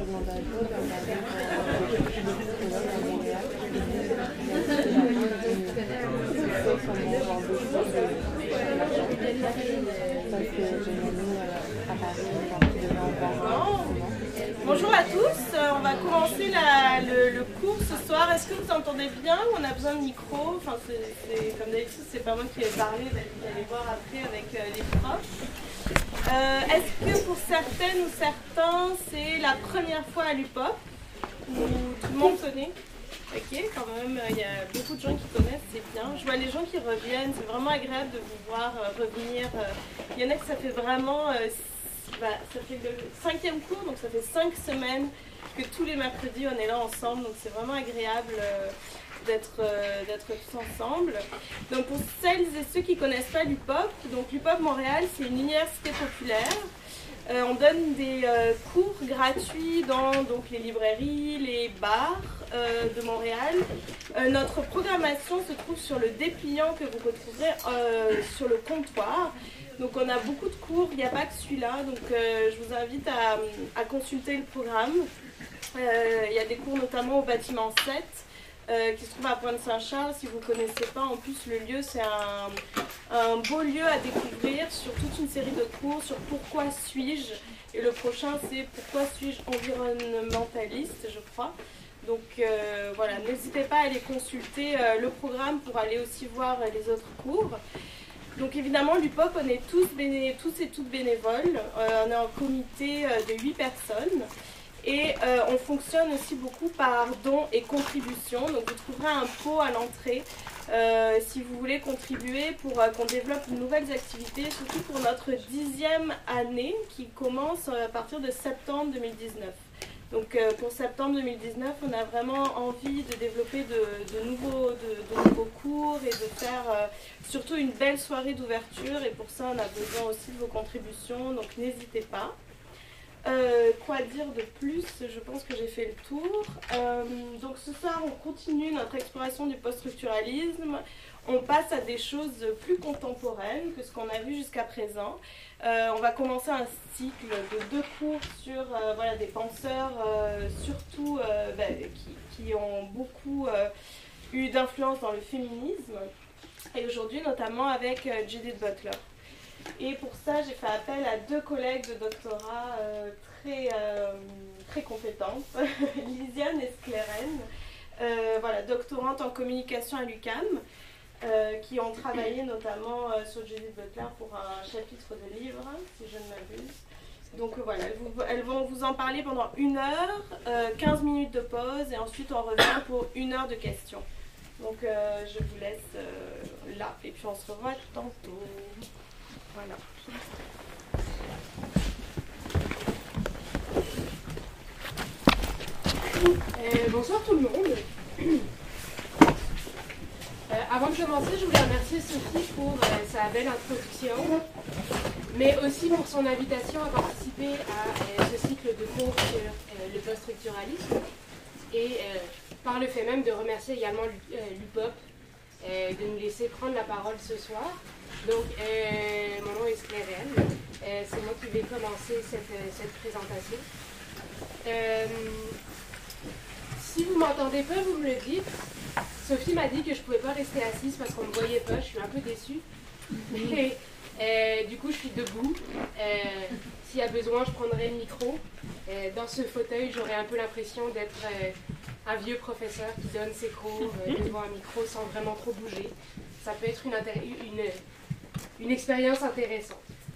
demandé à toi de regarder pour psychologue à Montréal. Parce que j'ai une amie à Paris qui devait en voir un. Bonjour à tous, on va commencer le cours ce soir. Est-ce que vous entendez bien ou on a besoin de micro? Enfin, comme d'habitude, c'est pas moi qui vais parler, vous allez voir après avec les profs. Est-ce que pour certaines ou certains, c'est la première fois à l'UPOP? Ou tout le monde connaît? Ok, quand même, il y a beaucoup de gens qui connaissent, c'est bien. Je vois les gens qui reviennent, c'est vraiment agréable de vous voir revenir. Il y en a que ça fait vraiment... ça fait le 5e cours, donc ça fait 5 semaines que tous les mercredis on est là ensemble, donc c'est vraiment agréable d'être tous ensemble. Donc pour celles et ceux qui ne connaissent pas l'UPOP, donc l'UPOP Montréal, c'est une université populaire. On donne des cours gratuits dans donc, les librairies, les bars de Montréal. Notre programmation se trouve sur le dépliant que vous retrouverez sur le comptoir. Donc on a beaucoup de cours, il n'y a pas que celui-là, donc je vous invite à consulter le programme. Il y a des cours notamment au bâtiment 7 qui se trouve à Pointe-Saint-Charles. Si vous ne connaissez pas, en plus le lieu c'est un beau lieu à découvrir sur toute une série de cours sur pourquoi suis-je. Et le prochain c'est pourquoi suis-je environnementaliste, je crois. Donc voilà, n'hésitez pas à aller consulter le programme pour aller aussi voir les autres cours. Donc évidemment, l'UPOP, on est tous et toutes bénévoles. On est en comité de 8 personnes. Et on fonctionne aussi beaucoup par dons et contributions. Donc vous trouverez un pot à l'entrée si vous voulez contribuer pour qu'on développe de nouvelles activités, surtout pour notre 10e année qui commence à partir de septembre 2019. Donc pour septembre 2019, on a vraiment envie de développer de nouveaux cours et de faire surtout une belle soirée d'ouverture. Et pour ça, on a besoin aussi de vos contributions, donc n'hésitez pas. Quoi dire de plus? Je pense que j'ai fait le tour. Donc ce soir, on continue notre exploration du post-structuralisme. On passe à des choses plus contemporaines que ce qu'on a vu jusqu'à présent. On va commencer un cycle de 2 cours sur voilà, des penseurs, surtout qui ont beaucoup eu d'influence dans le féminisme. Et aujourd'hui, notamment avec Judith Butler. Et pour ça, j'ai fait appel à 2 collègues de doctorat très compétentes, Lisiane et Scleren, voilà, doctorantes en communication à l'UQAM, qui ont travaillé notamment sur Judith Butler pour un chapitre de livre, si je ne m'abuse. Donc voilà, elles vont vous en parler pendant 1 heure, 15 minutes de pause, et ensuite on revient pour 1 heure de questions. Donc je vous laisse là, et puis on se revoit tantôt. Voilà. Bonsoir tout le monde. Avant de commencer, je voulais remercier Sophie pour sa belle introduction, mais aussi pour son invitation à participer à ce cycle de cours sur le post-structuralisme, et par le fait même de remercier également l'UPOP de nous laisser prendre la parole ce soir. Donc, mon nom est Scleren, c'est moi qui vais commencer cette présentation. Si vous m'entendez pas, vous me le dites. Sophie m'a dit que je ne pouvais pas rester assise parce qu'on ne me voyait pas, je suis un peu déçue. Et, du coup, je suis debout. S'il y a besoin, je prendrai le micro. Dans ce fauteuil, j'aurai un peu l'impression d'être un vieux professeur qui donne ses cours devant un micro sans vraiment trop bouger. Ça peut être une expérience intéressante.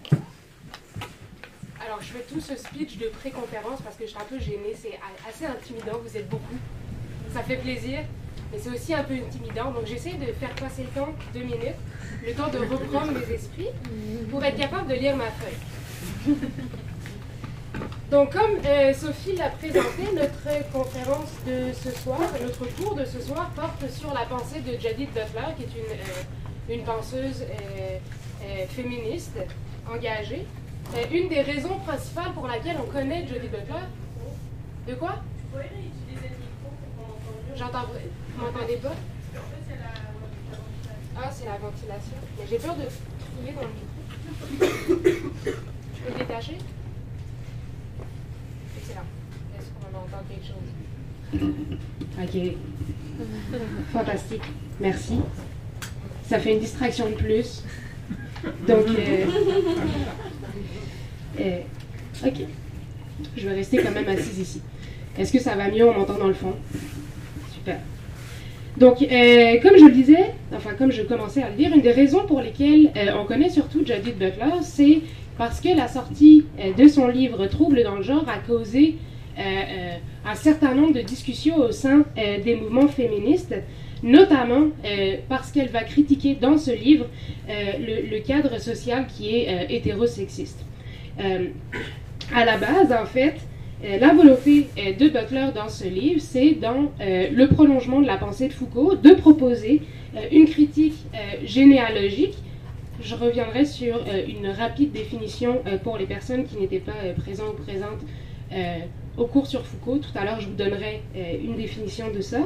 Alors, je fais tout ce speech de pré-conférence parce que je suis un peu gênée. C'est assez intimidant, vous êtes beaucoup. Ça fait plaisir, mais c'est aussi un peu intimidant. Donc, j'essaie de faire passer le temps, 2 minutes, le temps de reprendre mes esprits pour être capable de lire ma feuille. Donc, comme Sophie l'a présenté, notre conférence de ce soir, notre cours de ce soir porte sur la pensée de Judith Butler, qui est une penseuse féministe engagée. Une des raisons principales pour laquelle on connaît Judith Butler. De quoi? Vous pouvez réutiliser le micro pour qu'on entende mieux. J'entends. Vous m'entendez pas? En fait, c'est la ventilation. Ah, c'est la ventilation. Mais j'ai peur de crier dans le micro. Je peux le détacher? Excellent. Est-ce qu'on va entend quelque chose. Ok. Fantastique. Merci. Ça fait une distraction de plus. Donc, ok. Je vais rester quand même assise ici. Est-ce que ça va mieux en montant dans le fond? Super. Donc, comme je le disais, enfin comme je commençais à le dire, une des raisons pour lesquelles on connaît surtout Judith Butler, c'est parce que la sortie de son livre Troubles dans le genre a causé un certain nombre de discussions au sein des mouvements féministes, notamment parce qu'elle va critiquer dans ce livre le cadre social qui est hétérosexiste. À la base, en fait, la volonté de Butler dans ce livre, c'est dans le prolongement de la pensée de Foucault, de proposer une critique généalogique. Je reviendrai sur une rapide définition pour les personnes qui n'étaient pas présentes ou présentes au cours sur Foucault. Tout à l'heure, je vous donnerai une définition de ça.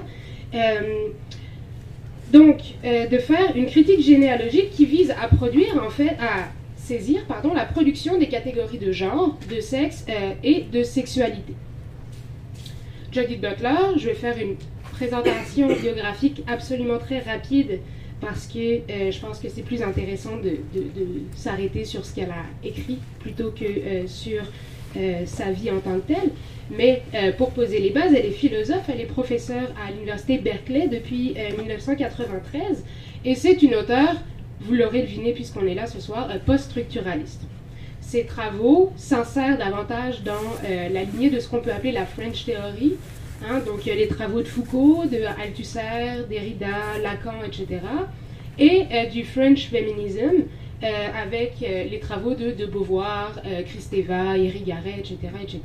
Donc, de faire une critique généalogique qui vise à produire, en fait, à saisir, la production des catégories de genre, de sexe et de sexualité. Judith Butler, je vais faire une présentation biographique absolument très rapide parce que je pense que c'est plus intéressant de s'arrêter sur ce qu'elle a écrit plutôt que sur sa vie en tant que telle. Mais pour poser les bases, elle est philosophe, elle est professeure à l'université Berkeley depuis 1993 et c'est une auteure, vous l'aurez deviné puisqu'on est là ce soir, post-structuraliste. Ses travaux s'insèrent davantage dans la lignée de ce qu'on peut appeler la French Theory, donc les travaux de Foucault, de Althusser, Derrida, Lacan, etc., et du French Feminism, avec les travaux de Beauvoir, Kristeva, Irigaray, etc., etc.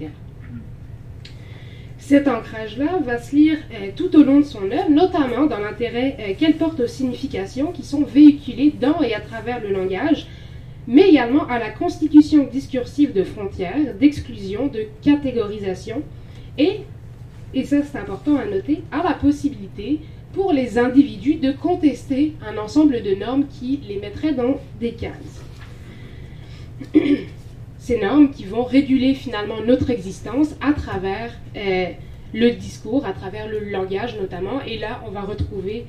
Cet ancrage-là va se lire tout au long de son œuvre, notamment dans l'intérêt qu'elle porte aux significations qui sont véhiculées dans et à travers le langage, mais également à la constitution discursive de frontières, d'exclusion, de catégorisation, et ça c'est important à noter, à la possibilité pour les individus de contester un ensemble de normes qui les mettraient dans des cases. Ces normes qui vont réguler finalement notre existence à travers le discours, à travers le langage notamment. Et là, on va retrouver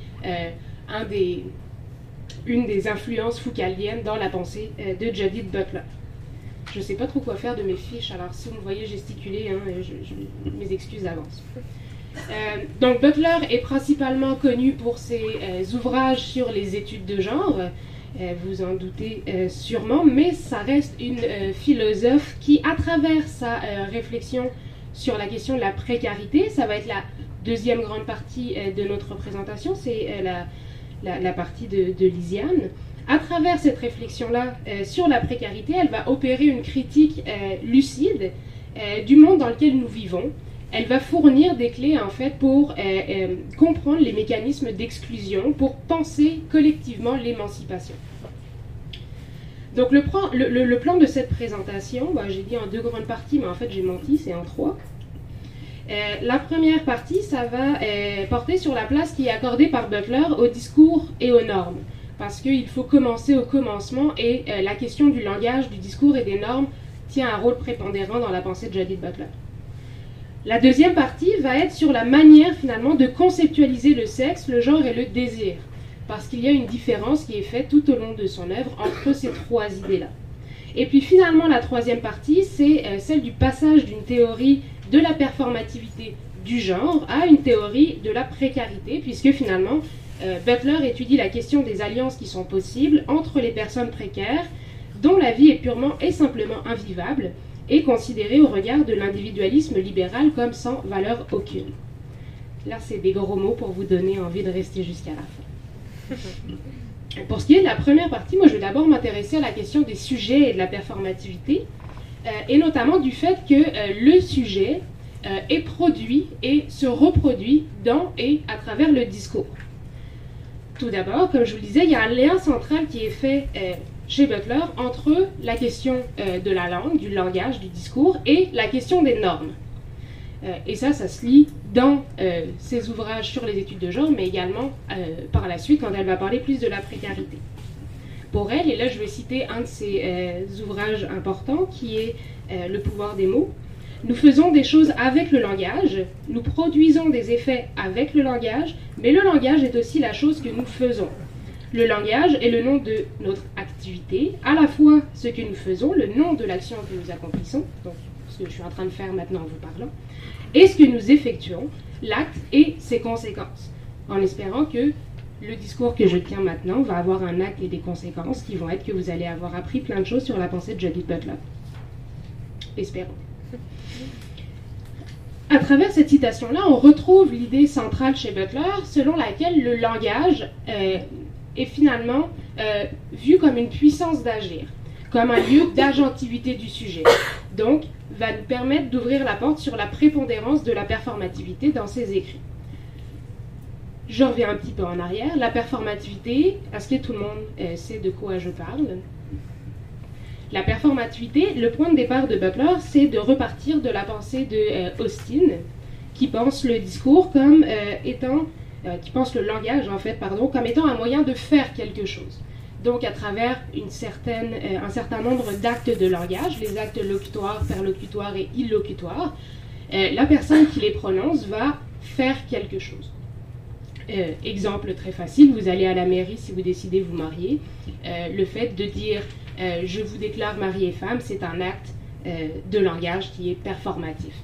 une des influences foucaldiennes dans la pensée de Judith Butler. Je ne sais pas trop quoi faire de mes fiches, alors si vous me voyez gesticuler, mes excuses d'avance. Donc Butler est principalement connu pour ses ouvrages sur les études de genre, vous en doutez sûrement, mais ça reste une philosophe qui, à travers sa réflexion sur la question de la précarité, ça va être la deuxième grande partie de notre présentation, c'est la partie de Lysiane. À travers cette réflexion-là sur la précarité, elle va opérer une critique lucide du monde dans lequel nous vivons. Elle va fournir des clés en fait pour comprendre les mécanismes d'exclusion, pour penser collectivement l'émancipation. Donc le plan de cette présentation, j'ai dit en deux grandes parties, mais en fait j'ai menti, c'est en trois. La première partie, ça va porter sur la place qui est accordée par Butler au discours et aux normes. Parce qu'il faut commencer au commencement et la question du langage, du discours et des normes tient un rôle prépondérant dans la pensée de Judith Butler. La deuxième partie va être sur la manière finalement de conceptualiser le sexe, le genre et le désir. Parce qu'il y a une différence qui est faite tout au long de son œuvre entre ces trois idées-là. Et puis finalement la troisième partie, c'est celle du passage d'une théorie de la performativité du genre à une théorie de la précarité, puisque finalement Butler étudie la question des alliances qui sont possibles entre les personnes précaires dont la vie est purement et simplement invivable et considérée au regard de l'individualisme libéral comme sans valeur aucune. Là, c'est des gros mots pour vous donner envie de rester jusqu'à la fin. Pour ce qui est de la première partie, moi je vais d'abord m'intéresser à la question des sujets et de la performativité, et notamment du fait que le sujet est produit et se reproduit dans et à travers le discours. Tout d'abord, comme je vous le disais, il y a un lien central qui est fait chez Butler entre la question de la langue, du langage, du discours et la question des normes. Et ça se lit dans ses ouvrages sur les études de genre, mais également par la suite quand elle va parler plus de la précarité. Pour elle, et là je vais citer un de ses ouvrages importants qui est Le pouvoir des mots, Nous faisons des choses avec le langage, nous produisons des effets avec le langage, mais le langage est aussi la chose que nous faisons. Le langage est le nom de notre activité, à la fois ce que nous faisons, le nom de l'action que nous accomplissons, donc ce que je suis en train de faire maintenant en vous parlant, et ce que nous effectuons, l'acte et ses conséquences, en espérant que le discours que je tiens maintenant va avoir un acte et des conséquences qui vont être que vous allez avoir appris plein de choses sur la pensée de Judith Butler. Espérons. À travers cette citation-là, on retrouve l'idée centrale chez Butler selon laquelle le langage est finalement vu comme une puissance d'agir, comme un lieu d'agentivité du sujet. Donc, va nous permettre d'ouvrir la porte sur la prépondérance de la performativité dans ses écrits. Je reviens un petit peu en arrière. La performativité, est-ce que tout le monde sait de quoi je parle? La performativité, le point de départ de Butler, c'est de repartir de la pensée de Austin, qui pense le discours comme qui pense le langage, en fait, pardon, comme étant un moyen de faire quelque chose. Donc, à travers un certain nombre d'actes de langage, les actes locutoires, perlocutoires et illocutoires, la personne qui les prononce va faire quelque chose. Exemple très facile, vous allez à la mairie si vous décidez de vous marier. Le fait de dire « je vous déclare mari et femme », c'est un acte de langage qui est performatif.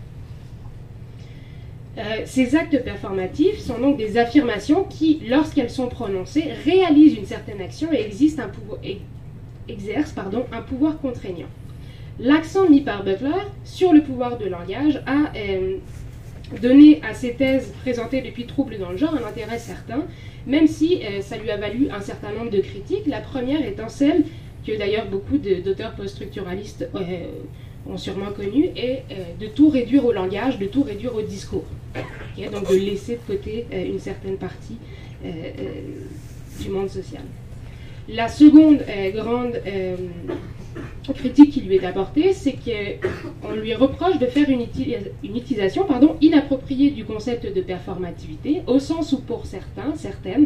Ces actes performatifs sont donc des affirmations qui, lorsqu'elles sont prononcées, réalisent une certaine action et exercent un pouvoir contraignant. L'accent mis par Butler sur le pouvoir de langage a donné à ces thèses présentées depuis Troubles dans le genre un intérêt certain, même si ça lui a valu un certain nombre de critiques, la première étant celle que d'ailleurs beaucoup d'auteurs post-structuralistes ont sûrement connu, est de tout réduire au langage, de tout réduire au discours. Okay, donc de laisser de côté une certaine partie du monde social. La seconde grande critique qui lui est apportée, c'est qu'on lui reproche de faire une utilisation inappropriée du concept de performativité, au sens où pour certaines,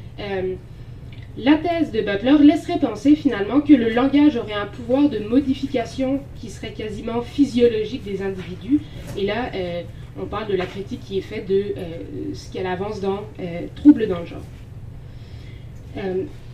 la thèse de Butler laisserait penser finalement que le langage aurait un pouvoir de modification qui serait quasiment physiologique des individus. Et là, on parle de la critique qui est faite de ce qu'elle avance dans Troubles dans le genre.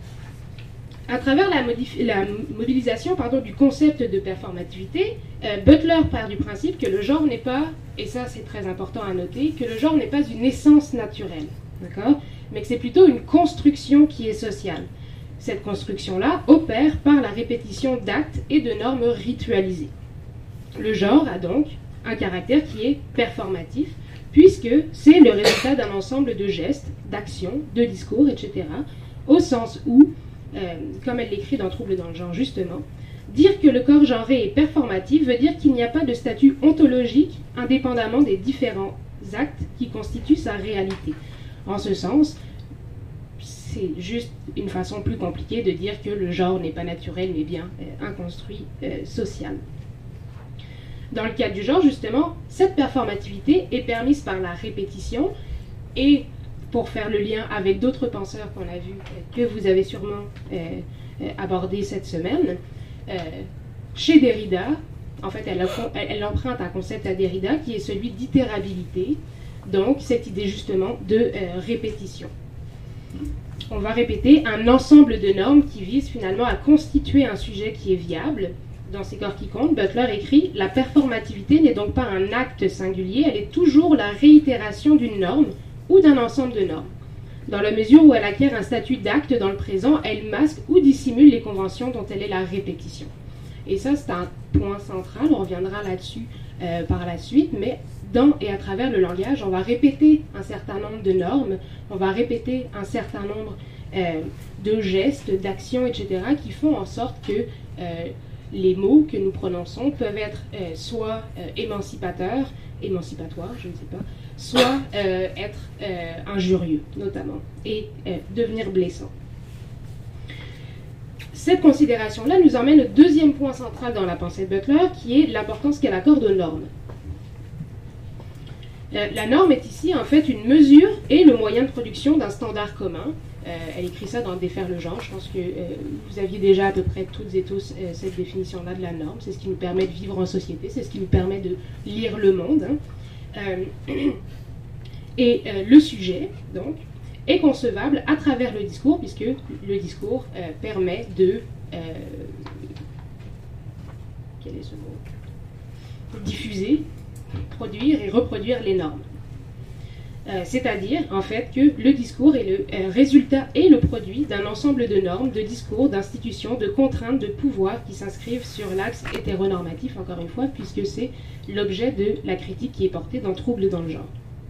À travers la modélisation du concept de performativité, Butler part du principe que le genre n'est pas, et ça c'est très important à noter, que le genre n'est pas une essence naturelle, d'accord, mais que c'est plutôt une construction qui est sociale. Cette construction-là opère par la répétition d'actes et de normes ritualisées. Le genre a donc un caractère qui est performatif, puisque c'est le résultat d'un ensemble de gestes, d'actions, de discours, etc., au sens où, comme elle l'écrit dans Troubles dans le genre justement, dire que le corps genré est performatif veut dire qu'il n'y a pas de statut ontologique indépendamment des différents actes qui constituent sa réalité. En ce sens, c'est juste une façon plus compliquée de dire que le genre n'est pas naturel mais bien un construit social. Dans le cas du genre, justement, cette performativité est permise par la répétition et, pour faire le lien avec d'autres penseurs qu'on a vus, que vous avez sûrement abordé cette semaine, chez Derrida, en fait, elle emprunte un concept à Derrida qui est celui d'itérabilité, donc cette idée justement de répétition. On va répéter un ensemble de normes qui visent finalement à constituer un sujet qui est viable. Dans ses corps qui comptent, Butler écrit « La performativité n'est donc pas un acte singulier, elle est toujours la réitération d'une norme ou d'un ensemble de normes. Dans la mesure où elle acquiert un statut d'acte dans le présent, elle masque ou dissimule les conventions dont elle est la répétition. » Et ça, c'est un point central, on reviendra là-dessus par la suite, mais dans et à travers le langage, on va répéter un certain nombre de normes, on va répéter un certain nombre de gestes, d'actions, etc., qui font en sorte que les mots que nous prononçons peuvent être soit émancipatoires, je ne sais pas, soit être injurieux, notamment, et devenir blessant. Cette considération-là nous emmène au deuxième point central dans la pensée de Butler, qui est l'importance qu'elle accorde aux normes. La norme est ici en fait une mesure et le moyen de production d'un standard commun, Elle écrit ça dans Défaire le genre. Je pense que vous aviez déjà à peu près toutes et tous cette définition-là de la norme. C'est ce qui nous permet de vivre en société, c'est ce qui nous permet de lire le monde. Et le sujet, donc, est concevable à travers le discours, puisque le discours permet de... quel est ce mot? Diffuser, produire et reproduire les normes. C'est-à-dire, en fait, que le discours est le résultat et le produit d'un ensemble de normes, de discours, d'institutions, de contraintes, de pouvoirs qui s'inscrivent sur l'axe hétéronormatif, encore une fois, puisque c'est l'objet de la critique qui est portée dans Trouble dans le genre.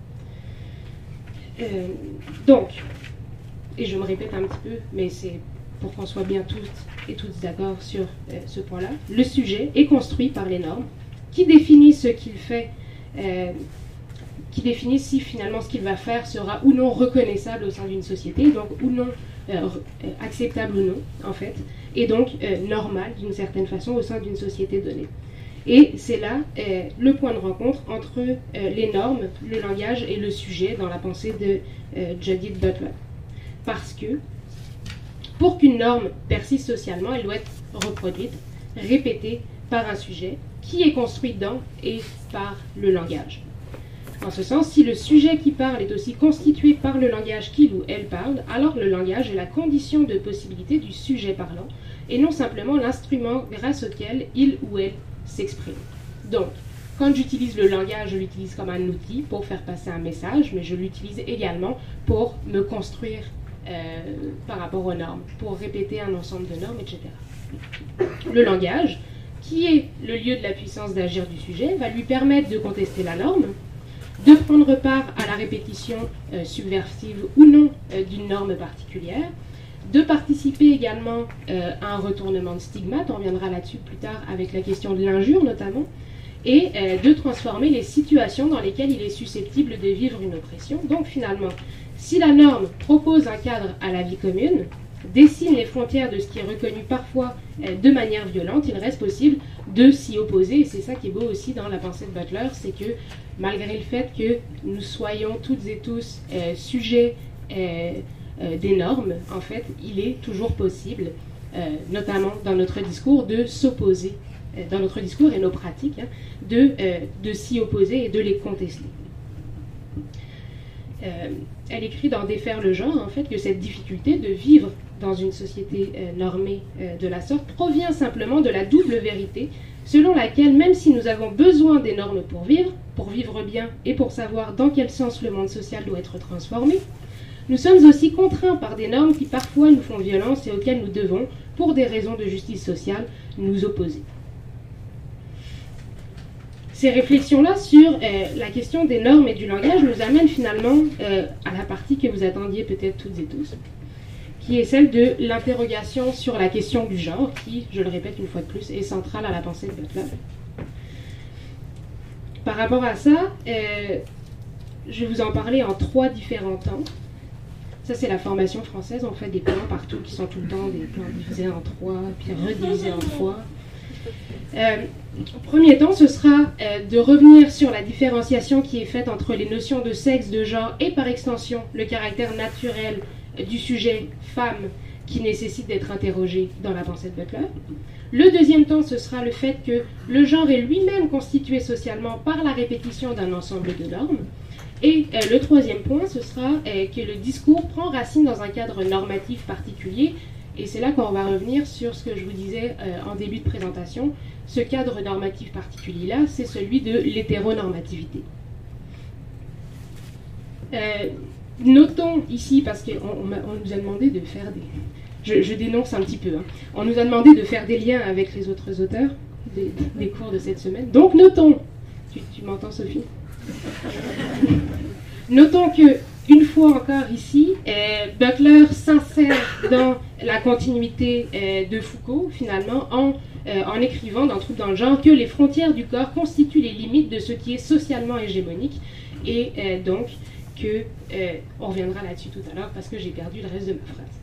Donc, et je me répète un petit peu, mais c'est pour qu'on soit bien toutes et toutes d'accord sur ce point-là, le sujet est construit par les normes qui définissent ce qu'il fait, qui définissent si finalement ce qu'il va faire sera ou non reconnaissable au sein d'une société, donc ou non acceptable ou non, en fait, et donc normal d'une certaine façon au sein d'une société donnée. Et c'est là le point de rencontre entre les normes, le langage et le sujet dans la pensée de Judith Butler. Parce que pour qu'une norme persiste socialement, elle doit être reproduite, répétée par un sujet qui est construit dans et par le langage. En ce sens, si le sujet qui parle est aussi constitué par le langage qu'il ou elle parle, alors le langage est la condition de possibilité du sujet parlant, et non simplement l'instrument grâce auquel il ou elle s'exprime. Donc, quand j'utilise le langage, je l'utilise comme un outil pour faire passer un message, mais je l'utilise également pour me construire par rapport aux normes, pour répéter un ensemble de normes, etc. Le langage, qui est le lieu de la puissance d'agir du sujet, va lui permettre de contester la norme, de prendre part à la répétition subversive ou non d'une norme particulière, de participer également à un retournement de stigmate, on reviendra là-dessus plus tard avec la question de l'injure notamment, et de transformer les situations dans lesquelles il est susceptible de vivre une oppression. Donc finalement, si la norme propose un cadre à la vie commune, dessine les frontières de ce qui est reconnu parfois de manière violente, il reste possible de s'y opposer, et c'est ça qui est beau aussi dans la pensée de Butler, c'est que malgré le fait que nous soyons toutes et tous sujets des normes, en fait, il est toujours possible, notamment dans notre discours, de s'opposer, dans notre discours et nos pratiques, hein, de s'y opposer et de les contester. Elle écrit dans Défaire le genre, en fait, que cette difficulté de vivre dans une société normée de la sorte provient simplement de la double vérité, selon laquelle, même si nous avons besoin des normes pour vivre bien et pour savoir dans quel sens le monde social doit être transformé, nous sommes aussi contraints par des normes qui parfois nous font violence et auxquelles nous devons, pour des raisons de justice sociale, nous opposer. Ces réflexions-là sur la question des normes et du langage nous amènent finalement à la partie que vous attendiez peut-être toutes et tous, qui est celle de l'interrogation sur la question du genre, qui, je le répète une fois de plus, est centrale à la pensée de Butler. Par rapport à ça, je vais vous en parler en 3 différents temps. Ça, c'est la formation française. On fait des plans partout qui sont tout le temps des plans divisés en 3, puis redivisés en 3. Au premier temps, ce sera de revenir sur la différenciation qui est faite entre les notions de sexe, de genre et par extension le caractère naturel du sujet femme qui nécessite d'être interrogé dans la pensée de Butler. Le deuxième temps, ce sera le fait que le genre est lui-même constitué socialement par la répétition d'un ensemble de normes. Et le troisième point, ce sera que le discours prend racine dans un cadre normatif particulier. Et c'est là qu'on va revenir sur ce que je vous disais en début de présentation. Ce cadre normatif particulier-là, c'est celui de l'hétéronormativité. Notons ici, parce qu'on nous a demandé de faire des... Je dénonce un petit peu. Hein. On nous a demandé de faire des liens avec les autres auteurs des cours de cette semaine. Donc notons... Tu m'entends, Sophie? Notons que, une fois encore ici, Butler s'insère dans la continuité de Foucault, finalement, en écrivant dans Trouble dans le genre que les frontières du corps constituent les limites de ce qui est socialement hégémonique, et donc que, on reviendra là-dessus tout à l'heure parce que j'ai perdu le reste de ma phrase.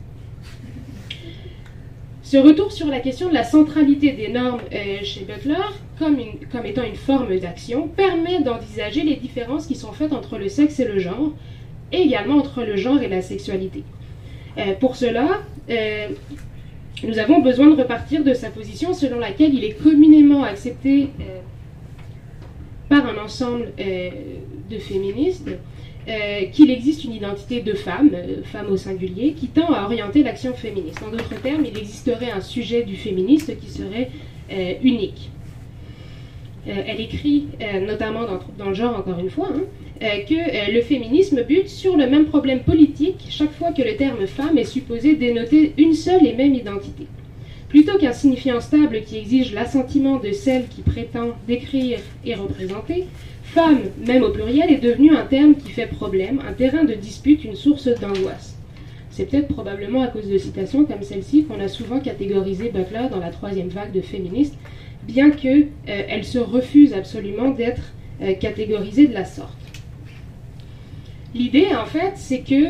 Ce retour sur la question de la centralité des normes chez Butler, comme étant une forme d'action, permet d'envisager les différences qui sont faites entre le sexe et le genre, et également entre le genre et la sexualité. Pour cela, nous avons besoin de repartir de sa position selon laquelle il est communément accepté par un ensemble de féministes qu'il existe une identité de femme, femme au singulier, qui tend à orienter l'action féministe. En d'autres termes, il existerait un sujet du féministe qui serait unique. Elle écrit, notamment dans le genre, encore une fois, que le féminisme bute sur le même problème politique chaque fois que le terme femme est supposé dénoter une seule et même identité. Plutôt qu'un signifiant stable qui exige l'assentiment de celle qui prétend décrire et représenter, femme, même au pluriel, est devenu un terme qui fait problème, un terrain de dispute, une source d'angoisse. C'est peut-être probablement à cause de citations comme celle-ci qu'on a souvent catégorisé Butler dans la troisième vague de féministes, bien qu'elle se refuse absolument d'être catégorisée de la sorte. L'idée, en fait, c'est que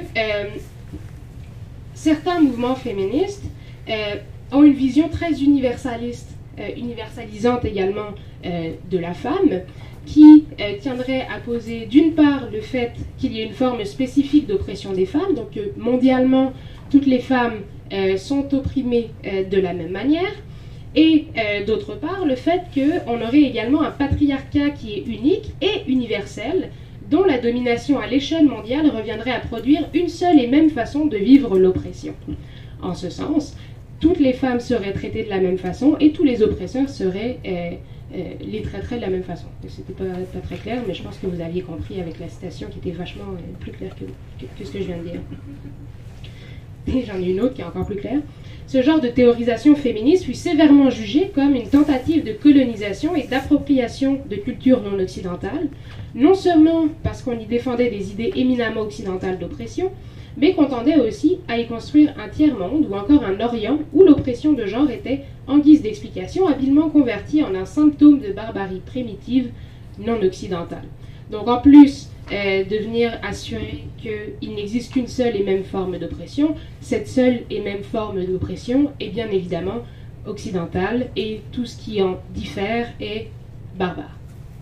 certains mouvements féministes ont une vision très universaliste, universalisante également de la femme, qui tiendrait à poser d'une part le fait qu'il y ait une forme spécifique d'oppression des femmes, donc mondialement toutes les femmes sont opprimées de la même manière, et d'autre part le fait qu'on aurait également un patriarcat qui est unique et universel, dont la domination à l'échelle mondiale reviendrait à produire une seule et même façon de vivre l'oppression. En ce sens, toutes les femmes seraient traitées de la même façon et tous les oppresseurs les traiteraient de la même façon. C'était pas très clair, mais je pense que vous aviez compris avec la citation qui était vachement plus claire que ce que je viens de dire. Et j'en ai une autre qui est encore plus claire. Ce genre de théorisation féministe fut sévèrement jugé comme une tentative de colonisation et d'appropriation de cultures non occidentales, non seulement parce qu'on y défendait des idées éminemment occidentales d'oppression, mais qu'on tendait aussi à y construire un tiers-monde ou encore un Orient où l'oppression de genre était, en guise d'explication, habilement convertie en un symptôme de barbarie primitive non occidentale. Donc en plus de venir assurer qu'il n'existe qu'une seule et même forme d'oppression, cette seule et même forme d'oppression est bien évidemment occidentale et tout ce qui en diffère est barbare.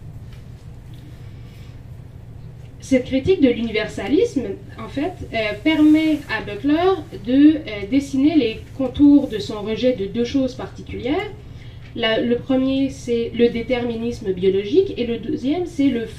Cette critique de l'universalisme, en fait, permet à Butler de dessiner les contours de son rejet de deux choses particulières. Le premier, c'est le déterminisme biologique, et le deuxième, c'est le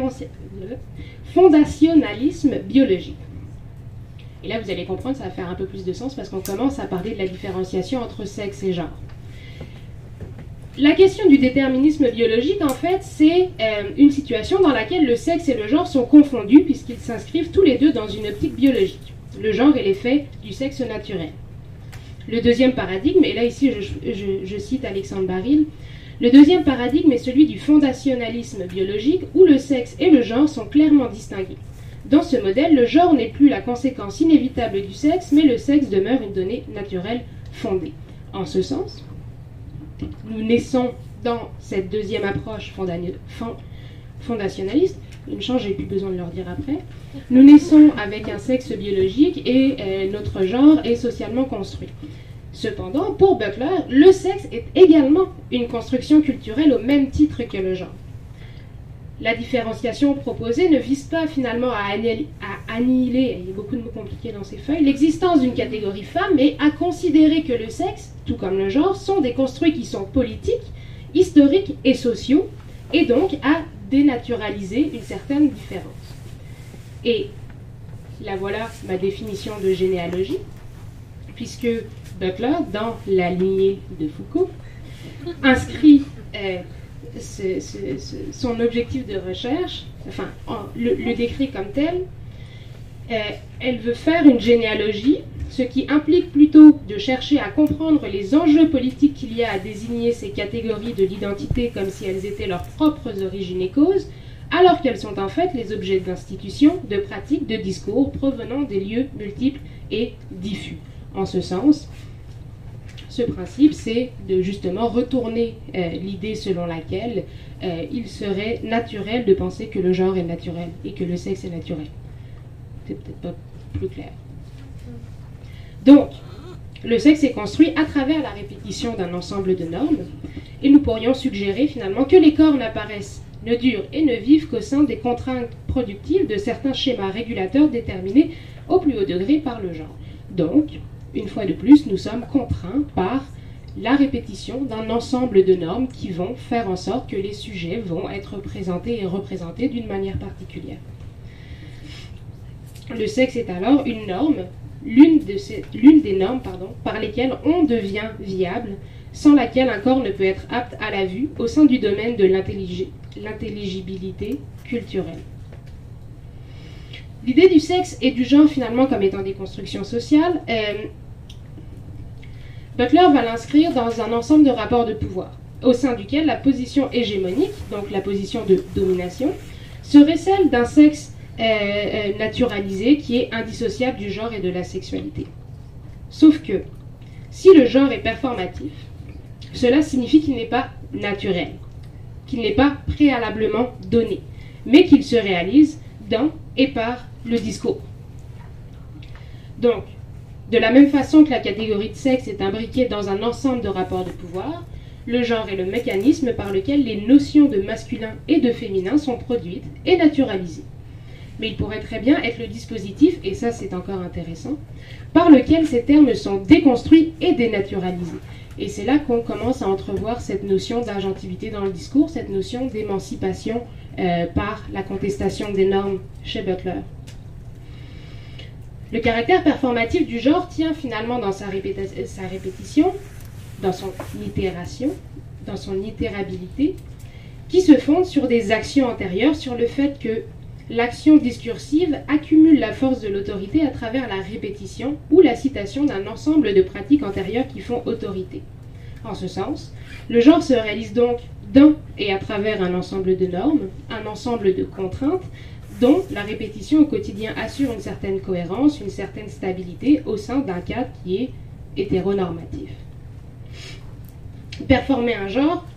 fondationalisme biologique. Et là, vous allez comprendre, ça va faire un peu plus de sens, parce qu'on commence à parler de la différenciation entre sexe et genre. La question du déterminisme biologique, en fait, c'est une situation dans laquelle le sexe et le genre sont confondus, puisqu'ils s'inscrivent tous les deux dans une optique biologique. Le genre est l'effet du sexe naturel. Le deuxième paradigme, et là ici je cite Alexandre Baril, le deuxième paradigme est celui du fondationalisme biologique, où le sexe et le genre sont clairement distingués. Dans ce modèle, le genre n'est plus la conséquence inévitable du sexe, mais le sexe demeure une donnée naturelle fondée. En ce sens, nous naissons dans cette deuxième approche fondationaliste, une chance, j'ai plus besoin de leur dire après, nous naissons avec un sexe biologique et notre genre est socialement construit. Cependant, pour Butler, le sexe est également une construction culturelle au même titre que le genre. La différenciation proposée ne vise pas finalement à annihiler, il y a beaucoup de mots compliqués dans ces feuilles, l'existence d'une catégorie femme, mais à considérer que le sexe, tout comme le genre, sont des construits qui sont politiques, historiques et sociaux, et donc à dénaturaliser une certaine différence. Et là voilà ma définition de généalogie, puisque Butler, dans la lignée de Foucault, inscrit son objectif de recherche, enfin le décrit comme tel. Elle veut faire une généalogie, ce qui implique plutôt de chercher à comprendre les enjeux politiques qu'il y a à désigner ces catégories de l'identité comme si elles étaient leurs propres origines et causes, alors qu'elles sont en fait les objets d'institutions, de pratiques, de discours provenant des lieux multiples et diffus. En ce sens, ce principe, c'est de justement retourner l'idée selon laquelle il serait naturel de penser que le genre est naturel et que le sexe est naturel. C'est peut-être pas plus clair. Donc, le sexe est construit à travers la répétition d'un ensemble de normes, et nous pourrions suggérer finalement que les corps n'apparaissent, ne durent et ne vivent qu'au sein des contraintes productives de certains schémas régulateurs déterminés au plus haut degré par le genre. Donc, une fois de plus, nous sommes contraints par la répétition d'un ensemble de normes qui vont faire en sorte que les sujets vont être présentés et représentés d'une manière particulière. Le sexe est alors une norme, l'une des normes par lesquelles on devient viable, sans laquelle un corps ne peut être apte à la vue au sein du domaine de l'intelligibilité culturelle. L'idée du sexe et du genre finalement comme étant des constructions sociales, Butler va l'inscrire dans un ensemble de rapports de pouvoir, au sein duquel la position hégémonique, donc la position de domination, serait celle d'un sexe naturalisé qui est indissociable du genre et de la sexualité. Sauf que, si le genre est performatif, cela signifie qu'il n'est pas naturel, qu'il n'est pas préalablement donné, mais qu'il se réalise dans et par le discours. Donc, de la même façon que la catégorie de sexe est imbriquée dans un ensemble de rapports de pouvoir, le genre est le mécanisme par lequel les notions de masculin et de féminin sont produites et naturalisées. Mais il pourrait très bien être le dispositif, et ça c'est encore intéressant, par lequel ces termes sont déconstruits et dénaturalisés. Et c'est là qu'on commence à entrevoir cette notion d'agentivité dans le discours, cette notion d'émancipation par la contestation des normes chez Butler. Le caractère performatif du genre tient finalement dans sa répétition, dans son itération, dans son itérabilité, qui se fonde sur des actions antérieures, sur le fait que l'action discursive accumule la force de l'autorité à travers la répétition ou la citation d'un ensemble de pratiques antérieures qui font autorité. En ce sens, le genre se réalise donc dans et à travers un ensemble de normes, un ensemble de contraintes, dont la répétition au quotidien assure une certaine cohérence, une certaine stabilité au sein d'un cadre qui est hétéronormatif. Performer un genre,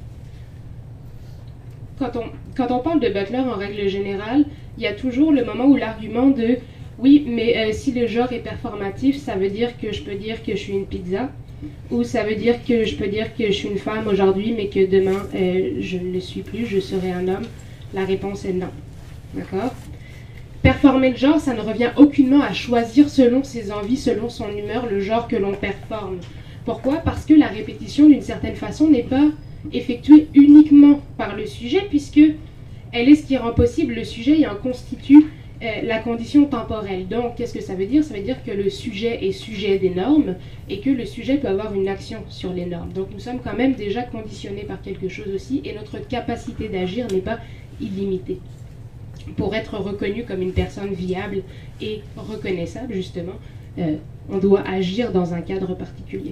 quand on parle de Butler en règle générale, il y a toujours le moment où l'argument de « oui, mais si le genre est performatif, ça veut dire que je peux dire que je suis une pizza » ou ça veut dire que je peux dire que je suis une femme aujourd'hui, mais que demain, je ne le suis plus, je serai un homme. La réponse est non. D'accord ? Performer le genre, ça ne revient aucunement à choisir selon ses envies, selon son humeur, le genre que l'on performe. Pourquoi ? Parce que la répétition, d'une certaine façon, n'est pas effectuée uniquement par le sujet, puisque elle est ce qui rend possible le sujet et en constitue la condition temporelle. Donc, qu'est-ce que ça veut dire ? Ça veut dire que le sujet est sujet des normes et que le sujet peut avoir une action sur les normes. Donc, nous sommes quand même déjà conditionnés par quelque chose aussi et notre capacité d'agir n'est pas illimitée. Pour être reconnu comme une personne viable et reconnaissable, justement, on doit agir dans un cadre particulier.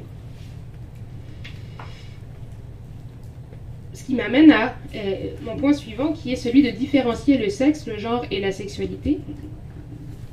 Ce qui m'amène à mon point suivant, qui est celui de différencier le sexe, le genre et la sexualité. Pourquoi ?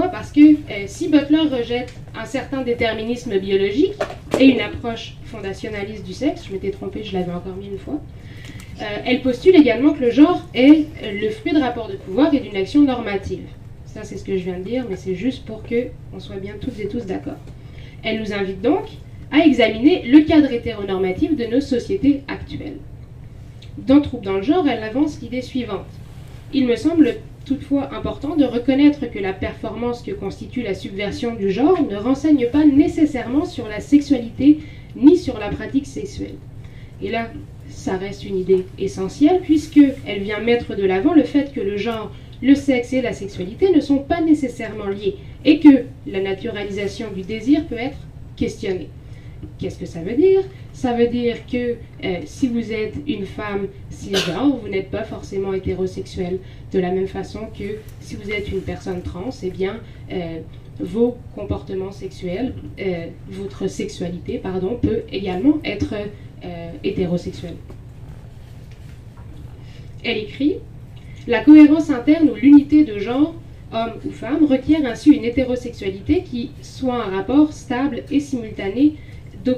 Parce que si Butler rejette un certain déterminisme biologique et une approche fondationaliste du sexe, je m'étais trompée, je l'avais encore mis une fois, elle postule également que le genre est le fruit de rapports de pouvoir et d'une action normative. Ça, c'est ce que je viens de dire, mais c'est juste pour qu'on soit bien toutes et tous d'accord. Elle nous invite donc à examiner le cadre hétéronormatif de nos sociétés actuelles. Dans Troubles dans le genre, elle avance l'idée suivante. Il me semble toutefois important de reconnaître que la performance que constitue la subversion du genre ne renseigne pas nécessairement sur la sexualité ni sur la pratique sexuelle. Et là, ça reste une idée essentielle puisqu'elle vient mettre de l'avant le fait que le genre, le sexe et la sexualité ne sont pas nécessairement liés et que la naturalisation du désir peut être questionnée. Qu'est-ce que ça veut dire ? Ça veut dire que si vous êtes une femme cisgenre, vous n'êtes pas forcément hétérosexuel. De la même façon que si vous êtes une personne trans, eh bien, vos comportements sexuels, votre sexualité, pardon, peut également être hétérosexuelle. Elle écrit « La cohérence interne ou l'unité de genre, homme ou femme, requiert ainsi une hétérosexualité qui soit un rapport stable et simultané d'opposition. »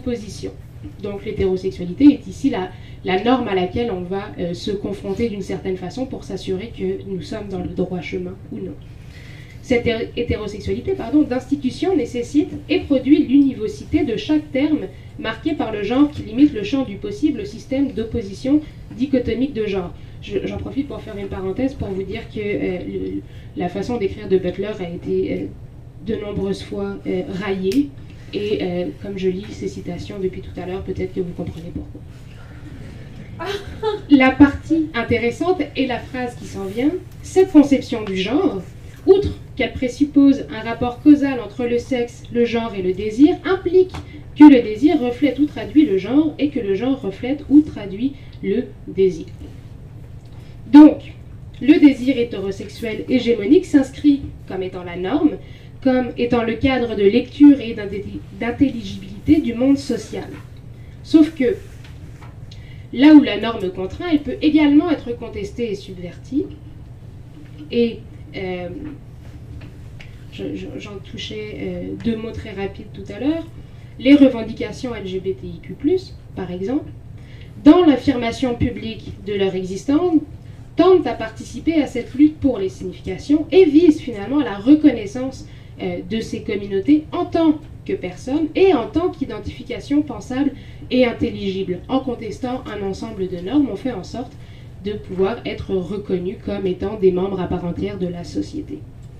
Donc l'hétérosexualité est ici la norme à laquelle on va se confronter d'une certaine façon pour s'assurer que nous sommes dans le droit chemin ou non. Cette hétérosexualité d'institution nécessite et produit l'univocité de chaque terme marqué par le genre qui limite le champ du possible au système d'opposition dichotomique de genre. J'en profite pour faire une parenthèse pour vous dire que la façon d'écrire de Butler a été de nombreuses fois raillé. Et comme je lis ces citations depuis tout à l'heure, peut-être que vous comprenez pourquoi. La partie intéressante est la phrase qui s'en vient. Cette conception du genre, outre qu'elle présuppose un rapport causal entre le sexe, le genre et le désir, implique que le désir reflète ou traduit le genre et que le genre reflète ou traduit le désir. Donc, le désir hétérosexuel hégémonique s'inscrit comme étant la norme, comme étant le cadre de lecture et d'intelligibilité du monde social. Sauf que, là où la norme contraint, elle peut également être contestée et subvertie. Et j'en touchais deux mots très rapides tout à l'heure. Les revendications LGBTIQ+, par exemple, dans l'affirmation publique de leur existence, tendent à participer à cette lutte pour les significations et visent finalement à la reconnaissance de ces communautés en tant que personnes et en tant qu'identification pensable et intelligible. En contestant un ensemble de normes, on fait en sorte de pouvoir être reconnus comme étant des membres à part entière de la société.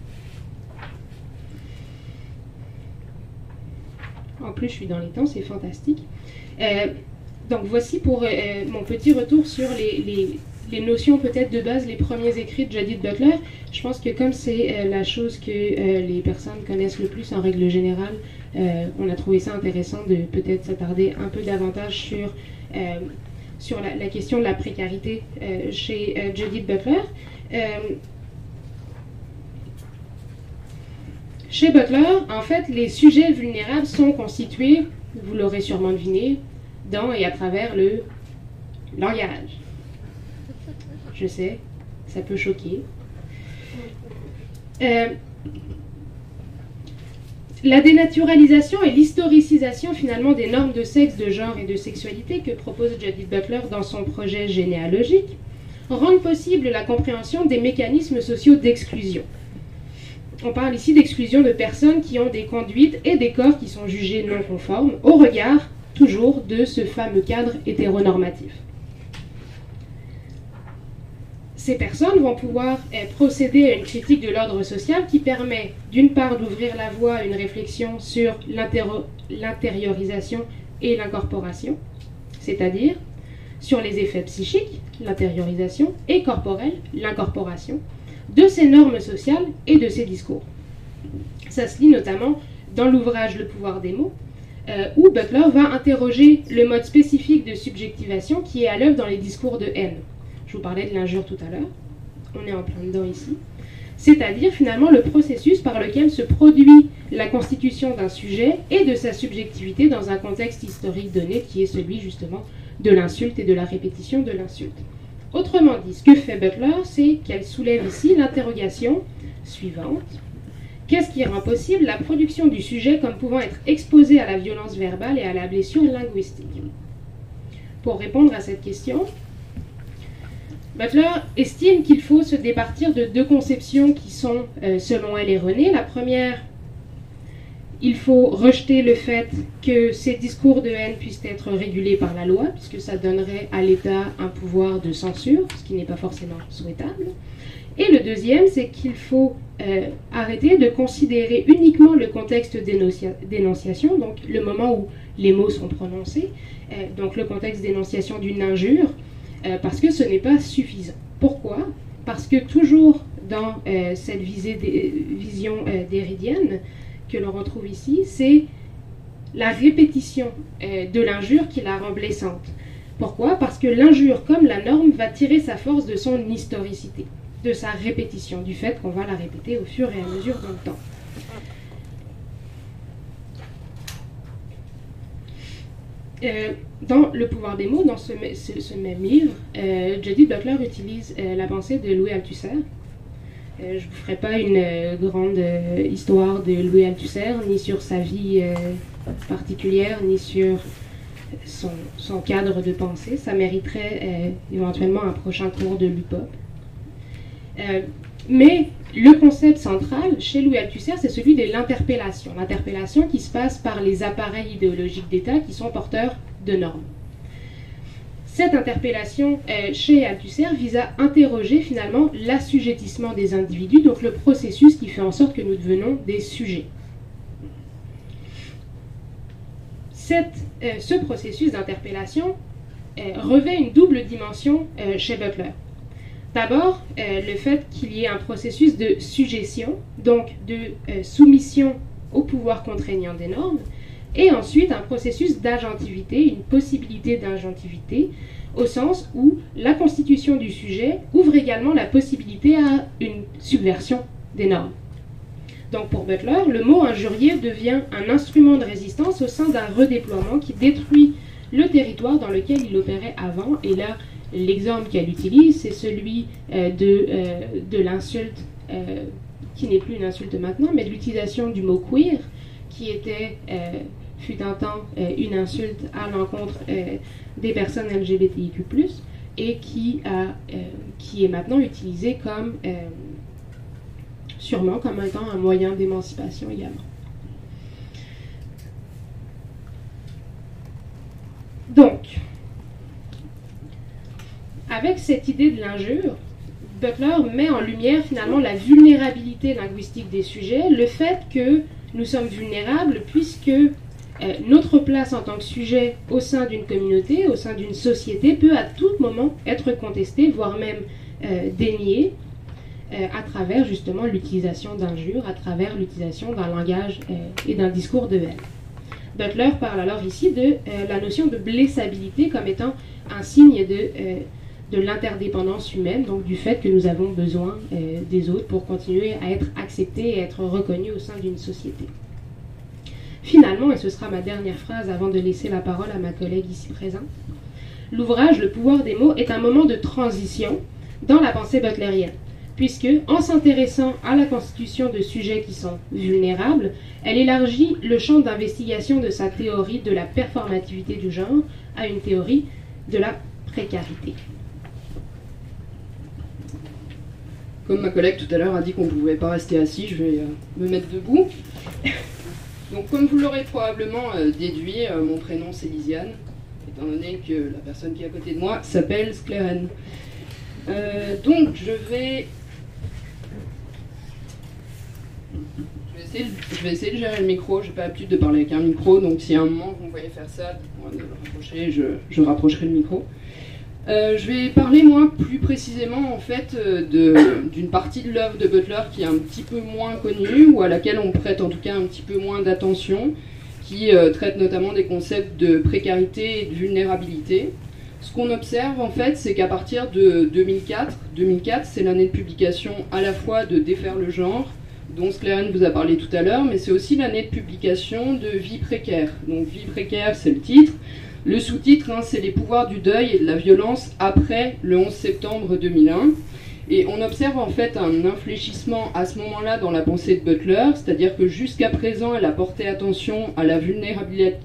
En plus, je suis dans les temps, c'est fantastique. Donc voici pour mon petit retour sur les notions peut-être de base, les premiers écrits de Judith Butler. Je pense que comme c'est la chose que les personnes connaissent le plus en règle générale, on a trouvé ça intéressant de peut-être s'attarder un peu davantage sur la question de la précarité chez Judith Butler. Chez Butler, en fait, les sujets vulnérables sont constitués, vous l'aurez sûrement deviné, dans et à travers le langage. Je sais, ça peut choquer. La dénaturalisation et l'historicisation finalement des normes de sexe, de genre et de sexualité que propose Judith Butler dans son projet généalogique rendent possible la compréhension des mécanismes sociaux d'exclusion. On parle ici d'exclusion de personnes qui ont des conduites et des corps qui sont jugés non conformes au regard toujours de ce fameux cadre hétéronormatif. Ces personnes vont pouvoir procéder à une critique de l'ordre social qui permet d'une part d'ouvrir la voie à une réflexion sur l'intériorisation et l'incorporation, c'est-à-dire sur les effets psychiques, l'intériorisation, et corporels, l'incorporation, de ces normes sociales et de ces discours. Ça se lit notamment dans l'ouvrage Le pouvoir des mots, où Butler va interroger le mode spécifique de subjectivation qui est à l'œuvre dans les discours de haine. Je vous parlais de l'injure tout à l'heure, on est en plein dedans ici. C'est-à-dire finalement le processus par lequel se produit la constitution d'un sujet et de sa subjectivité dans un contexte historique donné qui est celui justement de l'insulte et de la répétition de l'insulte. Autrement dit, ce que fait Butler, c'est qu'elle soulève ici l'interrogation suivante. Qu'est-ce qui rend possible la production du sujet comme pouvant être exposé à la violence verbale et à la blessure linguistique? Pour répondre à cette question, Butler estime qu'il faut se départir de deux conceptions qui sont, selon elle, erronées. La première, il faut rejeter le fait que ces discours de haine puissent être régulés par la loi, puisque ça donnerait à l'État un pouvoir de censure, ce qui n'est pas forcément souhaitable. Et le deuxième, c'est qu'il faut arrêter de considérer uniquement le contexte d'énonciation, donc le moment où les mots sont prononcés, donc le contexte d'énonciation d'une injure, parce que ce n'est pas suffisant. Pourquoi? Parce que toujours dans cette vision derridienne que l'on retrouve ici, c'est la répétition de l'injure qui la rend blessante. Pourquoi? Parce que l'injure, comme la norme, va tirer sa force de son historicité, de sa répétition, du fait qu'on va la répéter au fur et à mesure dans le temps. Dans Le pouvoir des mots, dans ce même livre, Judith Butler utilise la pensée de Louis Althusser. Je ne vous ferai pas une grande histoire de Louis Althusser, ni sur sa vie particulière, ni sur son cadre de pensée. Ça mériterait éventuellement un prochain cours de l'UPOP. Mais le concept central chez Louis Althusser, c'est celui de l'interpellation. L'interpellation qui se passe par les appareils idéologiques d'État qui sont porteurs de normes. Cette interpellation chez Althusser vise à interroger finalement l'assujettissement des individus, donc le processus qui fait en sorte que nous devenons des sujets. Ce processus d'interpellation revêt une double dimension chez Butler. D'abord, le fait qu'il y ait un processus de sujétion, donc de soumission au pouvoir contraignant des normes, et ensuite un processus d'agentivité, une possibilité d'agentivité, au sens où la constitution du sujet ouvre également la possibilité à une subversion des normes. Donc pour Butler, le mot injurié devient un instrument de résistance au sein d'un redéploiement qui détruit le territoire dans lequel il opérait avant. Et là, l'exemple qu'elle utilise, c'est celui de l'insulte, qui n'est plus une insulte maintenant, mais de l'utilisation du mot queer, qui était, fut un temps, une insulte à l'encontre des personnes LGBTIQ+, et qui est maintenant utilisé comme, sûrement comme étant un moyen d'émancipation également. Donc, avec cette idée de l'injure, Butler met en lumière finalement la vulnérabilité linguistique des sujets, le fait que nous sommes vulnérables puisque notre place en tant que sujet au sein d'une communauté, au sein d'une société, peut à tout moment être contestée, voire même déniée, à travers justement l'utilisation d'injures, à travers l'utilisation d'un langage et d'un discours de haine. Butler parle alors ici de la notion de blessabilité comme étant un signe de l'interdépendance humaine, donc du fait que nous avons besoin des autres pour continuer à être acceptés et être reconnus au sein d'une société. Finalement, et ce sera ma dernière phrase avant de laisser la parole à ma collègue ici présente, l'ouvrage Le pouvoir des mots est un moment de transition dans la pensée butlérienne, puisque, en s'intéressant à la constitution de sujets qui sont vulnérables, elle élargit le champ d'investigation de sa théorie de la performativité du genre à une théorie de la précarité. Comme ma collègue tout à l'heure a dit qu'on ne pouvait pas rester assis, je vais me mettre debout. Donc comme vous l'aurez probablement déduit, mon prénom c'est Lisiane, étant donné que la personne qui est à côté de moi s'appelle Scleren. Donc je vais essayer de gérer le micro. Je n'ai pas l'habitude de parler avec un micro, donc si à un moment vous me voyez faire ça, dites-moi de le rapprocher, je rapprocherai le micro. Je vais parler moi plus précisément en fait d'une partie de l'œuvre de Butler qui est un petit peu moins connue, ou à laquelle on prête en tout cas un petit peu moins d'attention, qui traite notamment des concepts de précarité et de vulnérabilité. Ce qu'on observe en fait, c'est qu'à partir de 2004 c'est l'année de publication à la fois de Défaire le genre, dont Scleren vous a parlé tout à l'heure, mais c'est aussi l'année de publication de Vie précaire. Donc Vie précaire, c'est le titre. Le sous-titre, c'est les pouvoirs du deuil et de la violence après le 11 septembre 2001. Et on observe en fait un infléchissement à ce moment-là dans la pensée de Butler, c'est-à-dire que jusqu'à présent, elle a porté attention à la vulnérabilité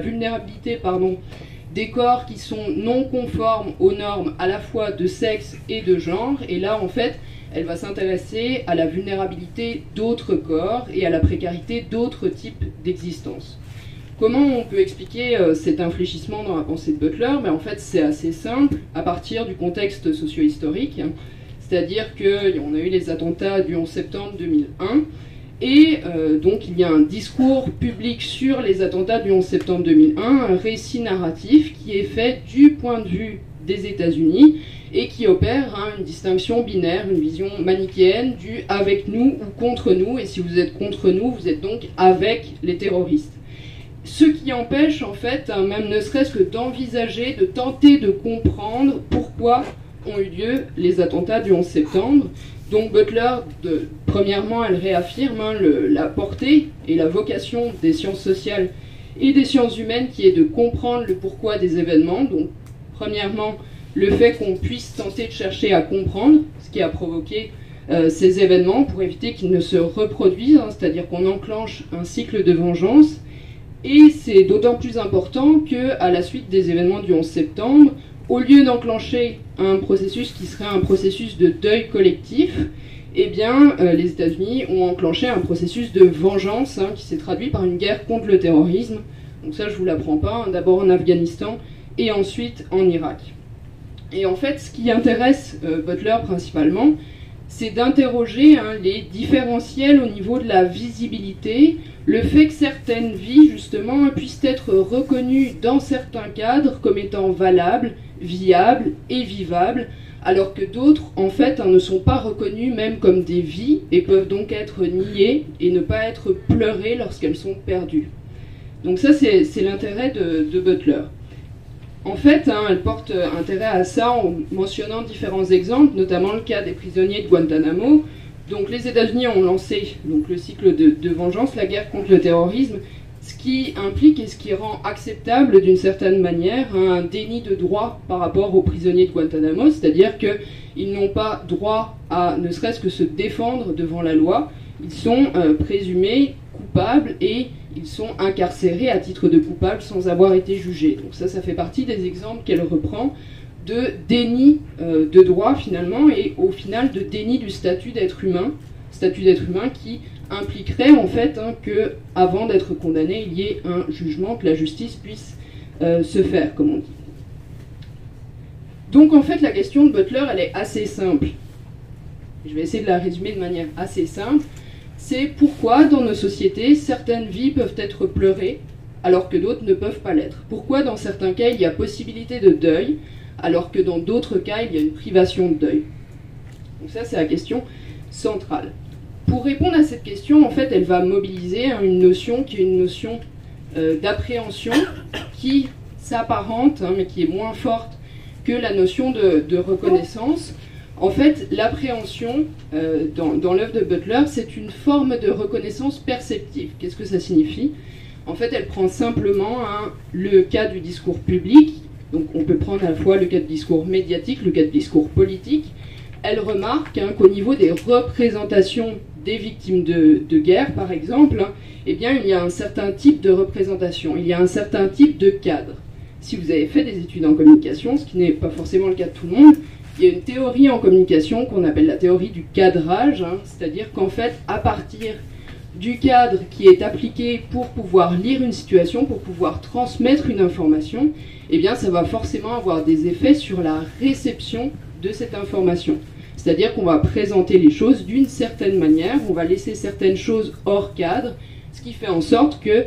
des corps qui sont non conformes aux normes à la fois de sexe et de genre. Et là, en fait, elle va s'intéresser à la vulnérabilité d'autres corps et à la précarité d'autres types d'existence. Comment on peut expliquer cet infléchissement dans la pensée de Butler? En fait, c'est assez simple, à partir du contexte socio-historique, c'est-à-dire qu'on a eu les attentats du 11 septembre 2001, et donc il y a un discours public sur les attentats du 11 septembre 2001, un récit narratif qui est fait du point de vue des États-Unis, et qui opère une distinction binaire, une vision manichéenne du « avec nous » ou « contre nous », et si vous êtes contre nous, vous êtes donc avec les terroristes. Ce qui empêche, en fait, même ne serait-ce que d'envisager, de tenter de comprendre pourquoi ont eu lieu les attentats du 11 septembre. Donc Butler, premièrement, elle réaffirme la portée et la vocation des sciences sociales et des sciences humaines, qui est de comprendre le pourquoi des événements. Donc, premièrement, le fait qu'on puisse tenter de chercher à comprendre ce qui a provoqué ces événements pour éviter qu'ils ne se reproduisent, c'est-à-dire qu'on enclenche un cycle de vengeance. Et c'est d'autant plus important qu'à la suite des événements du 11 septembre, au lieu d'enclencher un processus qui serait un processus de deuil collectif, eh bien, les États-Unis ont enclenché un processus de vengeance qui s'est traduit par une guerre contre le terrorisme. Donc ça, je ne vous l'apprends pas, d'abord en Afghanistan et ensuite en Irak. Et en fait, ce qui intéresse Butler principalement, c'est d'interroger les différentiels au niveau de la visibilité, le fait que certaines vies, justement, puissent être reconnues dans certains cadres comme étant valables, viables et vivables, alors que d'autres, en fait, ne sont pas reconnues même comme des vies et peuvent donc être niées et ne pas être pleurées lorsqu'elles sont perdues. Donc ça, c'est l'intérêt de Butler. En fait, elle porte intérêt à ça en mentionnant différents exemples, notamment le cas des prisonniers de Guantanamo. Donc les États-Unis ont lancé donc, le cycle de vengeance, la guerre contre le terrorisme, ce qui implique et ce qui rend acceptable d'une certaine manière un déni de droit par rapport aux prisonniers de Guantanamo, c'est-à-dire qu'ils n'ont pas droit à ne serait-ce que se défendre devant la loi, ils sont présumés coupables et ils sont incarcérés à titre de coupables sans avoir été jugés. Donc ça fait partie des exemples qu'elle reprend de déni de droit finalement et au final de déni du statut d'être humain qui impliquerait en fait que avant d'être condamné il y ait un jugement, que la justice puisse se faire comme on dit. Donc en fait la question de Butler elle est assez simple. Je vais essayer de la résumer de manière assez simple. C'est pourquoi dans nos sociétés certaines vies peuvent être pleurées alors que d'autres ne peuvent pas l'être. Pourquoi dans certains cas il y a possibilité de deuil alors que dans d'autres cas il y a une privation de deuil. Donc ça c'est la question centrale. Pour répondre à cette question, en fait, elle va mobiliser une notion qui est une notion d'appréhension qui s'apparente, mais qui est moins forte que la notion de reconnaissance. En fait, l'appréhension dans l'œuvre de Butler, c'est une forme de reconnaissance perceptive. Qu'est-ce que ça signifie? En fait, elle prend simplement le cas du discours public, donc on peut prendre à la fois le cas de discours médiatique, le cas de discours politique. Elle remarque qu'au niveau des représentations des victimes de guerre, par exemple, eh bien, il y a un certain type de représentation, il y a un certain type de cadre. Si vous avez fait des études en communication, ce qui n'est pas forcément le cas de tout le monde, il y a une théorie en communication qu'on appelle la théorie du cadrage, c'est-à-dire qu'en fait, à partir du cadre qui est appliqué pour pouvoir lire une situation, pour pouvoir transmettre une information, eh bien, ça va forcément avoir des effets sur la réception de cette information. C'est-à-dire qu'on va présenter les choses d'une certaine manière, on va laisser certaines choses hors cadre, ce qui fait en sorte que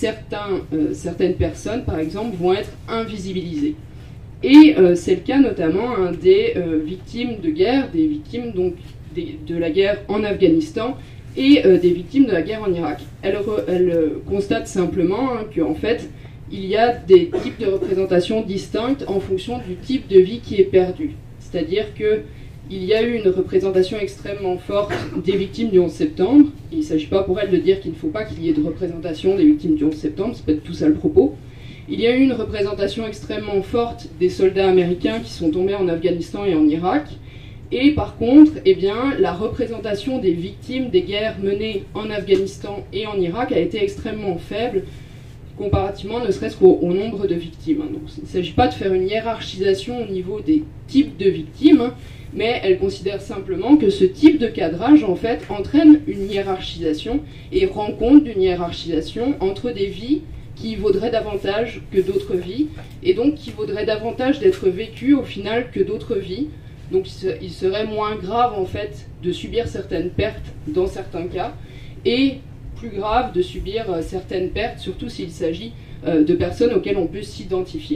certaines personnes, par exemple, vont être invisibilisées. Et c'est le cas notamment des victimes de guerre, des victimes donc, de la guerre en Afghanistan et des victimes de la guerre en Irak. Elle constate simplement qu'en fait, il y a des types de représentations distinctes en fonction du type de vie qui est perdu. C'est-à-dire qu'il y a eu une représentation extrêmement forte des victimes du 11 septembre. Il ne s'agit pas pour elle de dire qu'il ne faut pas qu'il y ait de représentation des victimes du 11 septembre, c'est pas tout ça le propos. Il y a eu une représentation extrêmement forte des soldats américains qui sont tombés en Afghanistan et en Irak. Et par contre, eh bien, la représentation des victimes des guerres menées en Afghanistan et en Irak a été extrêmement faible, comparativement ne serait-ce qu'au nombre de victimes. Donc, il ne s'agit pas de faire une hiérarchisation au niveau des types de victimes, mais elle considère simplement que ce type de cadrage, en fait, entraîne une hiérarchisation et rend compte d'une hiérarchisation entre des vies qui vaudraient davantage que d'autres vies, et donc qui vaudraient davantage d'être vécues au final que d'autres vies. Donc il serait moins grave, en fait, de subir certaines pertes dans certains cas, et plus grave de subir certaines pertes, surtout s'il s'agit de personnes auxquelles on peut s'identifier.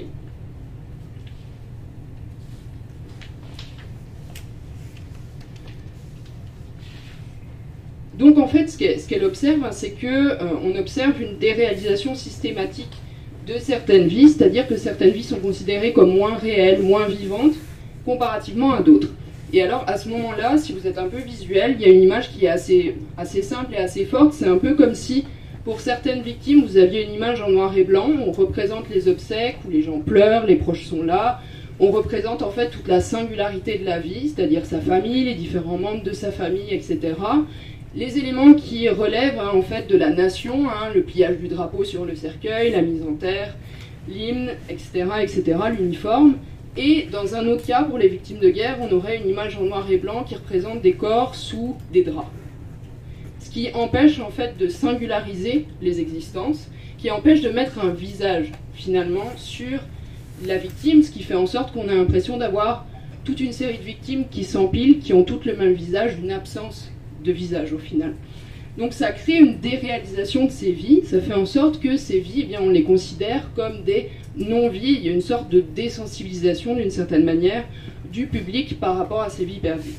Donc en fait, ce qu'elle observe, c'est qu'on observe une déréalisation systématique de certaines vies, c'est-à-dire que certaines vies sont considérées comme moins réelles, moins vivantes, comparativement à d'autres. Et alors, à ce moment-là, si vous êtes un peu visuel, il y a une image qui est assez simple et assez forte. C'est un peu comme si, pour certaines victimes, vous aviez une image en noir et blanc, on représente les obsèques, où les gens pleurent, les proches sont là. On représente en fait toute la singularité de la vie, c'est-à-dire sa famille, les différents membres de sa famille, etc. Les éléments qui relèvent en fait de la nation, le pliage du drapeau sur le cercueil, la mise en terre, l'hymne, etc., l'uniforme. Et dans un autre cas, pour les victimes de guerre, on aurait une image en noir et blanc qui représente des corps sous des draps. Ce qui empêche en fait de singulariser les existences, qui empêche de mettre un visage finalement sur la victime, ce qui fait en sorte qu'on a l'impression d'avoir toute une série de victimes qui s'empilent, qui ont toutes le même visage, une absence de visage au final. Donc ça crée une déréalisation de ces vies, ça fait en sorte que ces vies, eh bien, on les considère comme des non-vies, il y a une sorte de désensibilisation d'une certaine manière du public par rapport à ces vies perdues.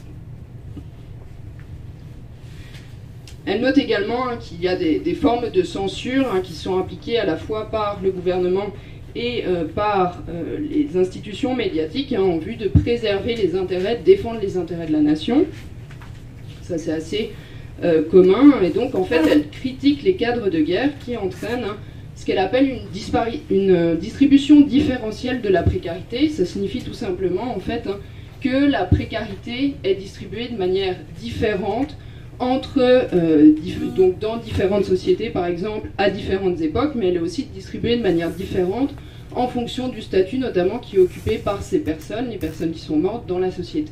Elle note également qu'il y a des formes de censure qui sont appliquées à la fois par le gouvernement et par les institutions médiatiques en vue de préserver les intérêts, de défendre les intérêts de la nation. Ça c'est assez commun, et donc en fait elle critique les cadres de guerre qui entraînent ce qu'elle appelle une distribution différentielle de la précarité. Ça signifie tout simplement en fait que la précarité est distribuée de manière différente donc dans différentes sociétés par exemple à différentes époques, mais elle est aussi distribuée de manière différente en fonction du statut notamment qui est occupé par ces personnes, les personnes qui sont mortes dans la société.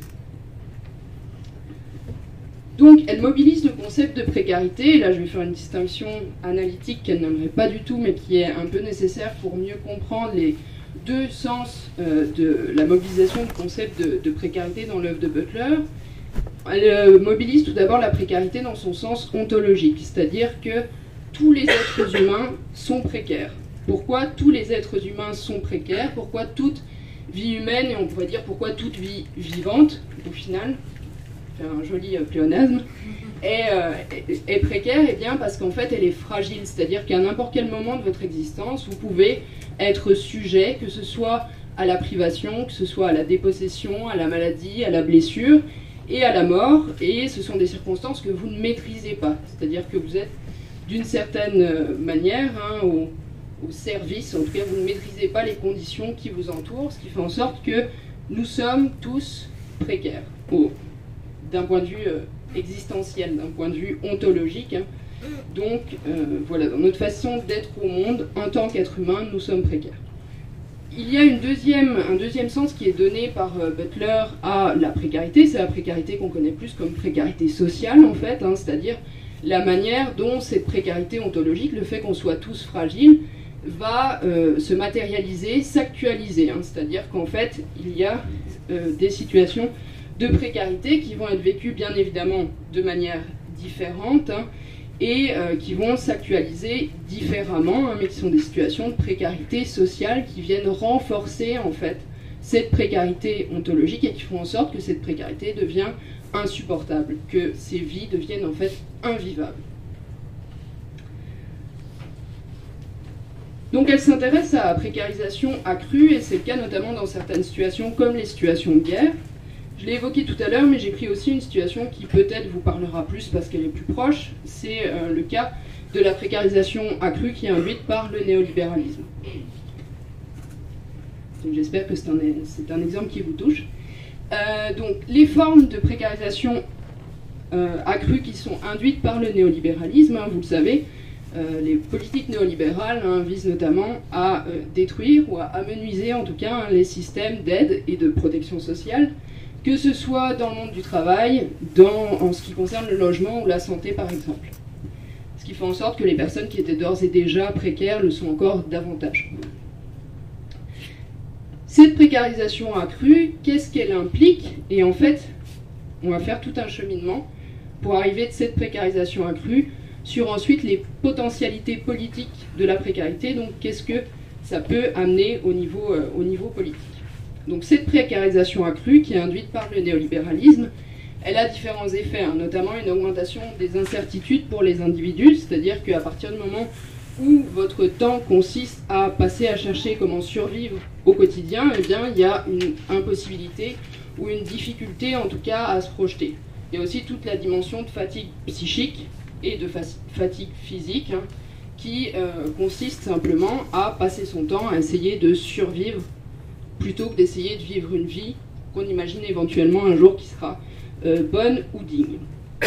Donc elle mobilise le concept de précarité, et là je vais faire une distinction analytique qu'elle n'aimerait pas du tout mais qui est un peu nécessaire pour mieux comprendre les deux sens de la mobilisation du concept de précarité dans l'œuvre de Butler. Elle mobilise tout d'abord la précarité dans son sens ontologique, c'est-à-dire que tous les êtres humains sont précaires. Pourquoi tous les êtres humains sont précaires? Pourquoi toute vie humaine, et on pourrait dire pourquoi toute vie vivante, au final, faire un joli pléonasme, est précaire? Eh bien parce qu'en fait elle est fragile, c'est-à-dire qu'à n'importe quel moment de votre existence, vous pouvez être sujet, que ce soit à la privation, que ce soit à la dépossession, à la maladie, à la blessure, et à la mort, et ce sont des circonstances que vous ne maîtrisez pas, c'est-à-dire que vous êtes d'une certaine manière au service, en tout cas vous ne maîtrisez pas les conditions qui vous entourent, ce qui fait en sorte que nous sommes tous précaires, d'un point de vue existentiel, d'un point de vue ontologique. Donc voilà, dans notre façon d'être au monde, en tant qu'être humain, nous sommes précaires. Il y a un deuxième sens qui est donné par Butler à la précarité, c'est la précarité qu'on connaît plus comme précarité sociale en fait, c'est-à-dire la manière dont cette précarité ontologique, le fait qu'on soit tous fragiles, va se matérialiser, s'actualiser, c'est-à-dire qu'en fait il y a des situations de précarité qui vont être vécues bien évidemment de manière différente, et qui vont s'actualiser différemment, mais qui sont des situations de précarité sociale qui viennent renforcer en fait cette précarité ontologique et qui font en sorte que cette précarité devient insupportable, que ces vies deviennent en fait invivables. Donc elle s'intéresse à la précarisation accrue, et c'est le cas notamment dans certaines situations comme les situations de guerre. Je l'ai évoqué tout à l'heure, mais j'ai pris aussi une situation qui peut-être vous parlera plus parce qu'elle est plus proche. C'est le cas de la précarisation accrue qui est induite par le néolibéralisme. J'espère que c'est un exemple qui vous touche. Donc les formes de précarisation accrue qui sont induites par le néolibéralisme, vous le savez, les politiques néolibérales visent notamment à détruire ou à amenuiser en tout cas les systèmes d'aide et de protection sociale, que ce soit dans le monde du travail, en ce qui concerne le logement ou la santé par exemple. Ce qui fait en sorte que les personnes qui étaient d'ores et déjà précaires le sont encore davantage. Cette précarisation accrue, qu'est-ce qu'elle implique? Et en fait, on va faire tout un cheminement pour arriver de cette précarisation accrue sur ensuite les potentialités politiques de la précarité, donc qu'est-ce que ça peut amener au niveau politique. Donc cette précarisation accrue qui est induite par le néolibéralisme, elle a différents effets, notamment une augmentation des incertitudes pour les individus, c'est-à-dire qu'à partir du moment où votre temps consiste à passer à chercher comment survivre au quotidien, eh bien il y a une impossibilité ou une difficulté en tout cas à se projeter. Il y a aussi toute la dimension de fatigue psychique et de fatigue physique qui consiste simplement à passer son temps à essayer de survivre plutôt que d'essayer de vivre une vie qu'on imagine éventuellement un jour qui sera bonne ou digne.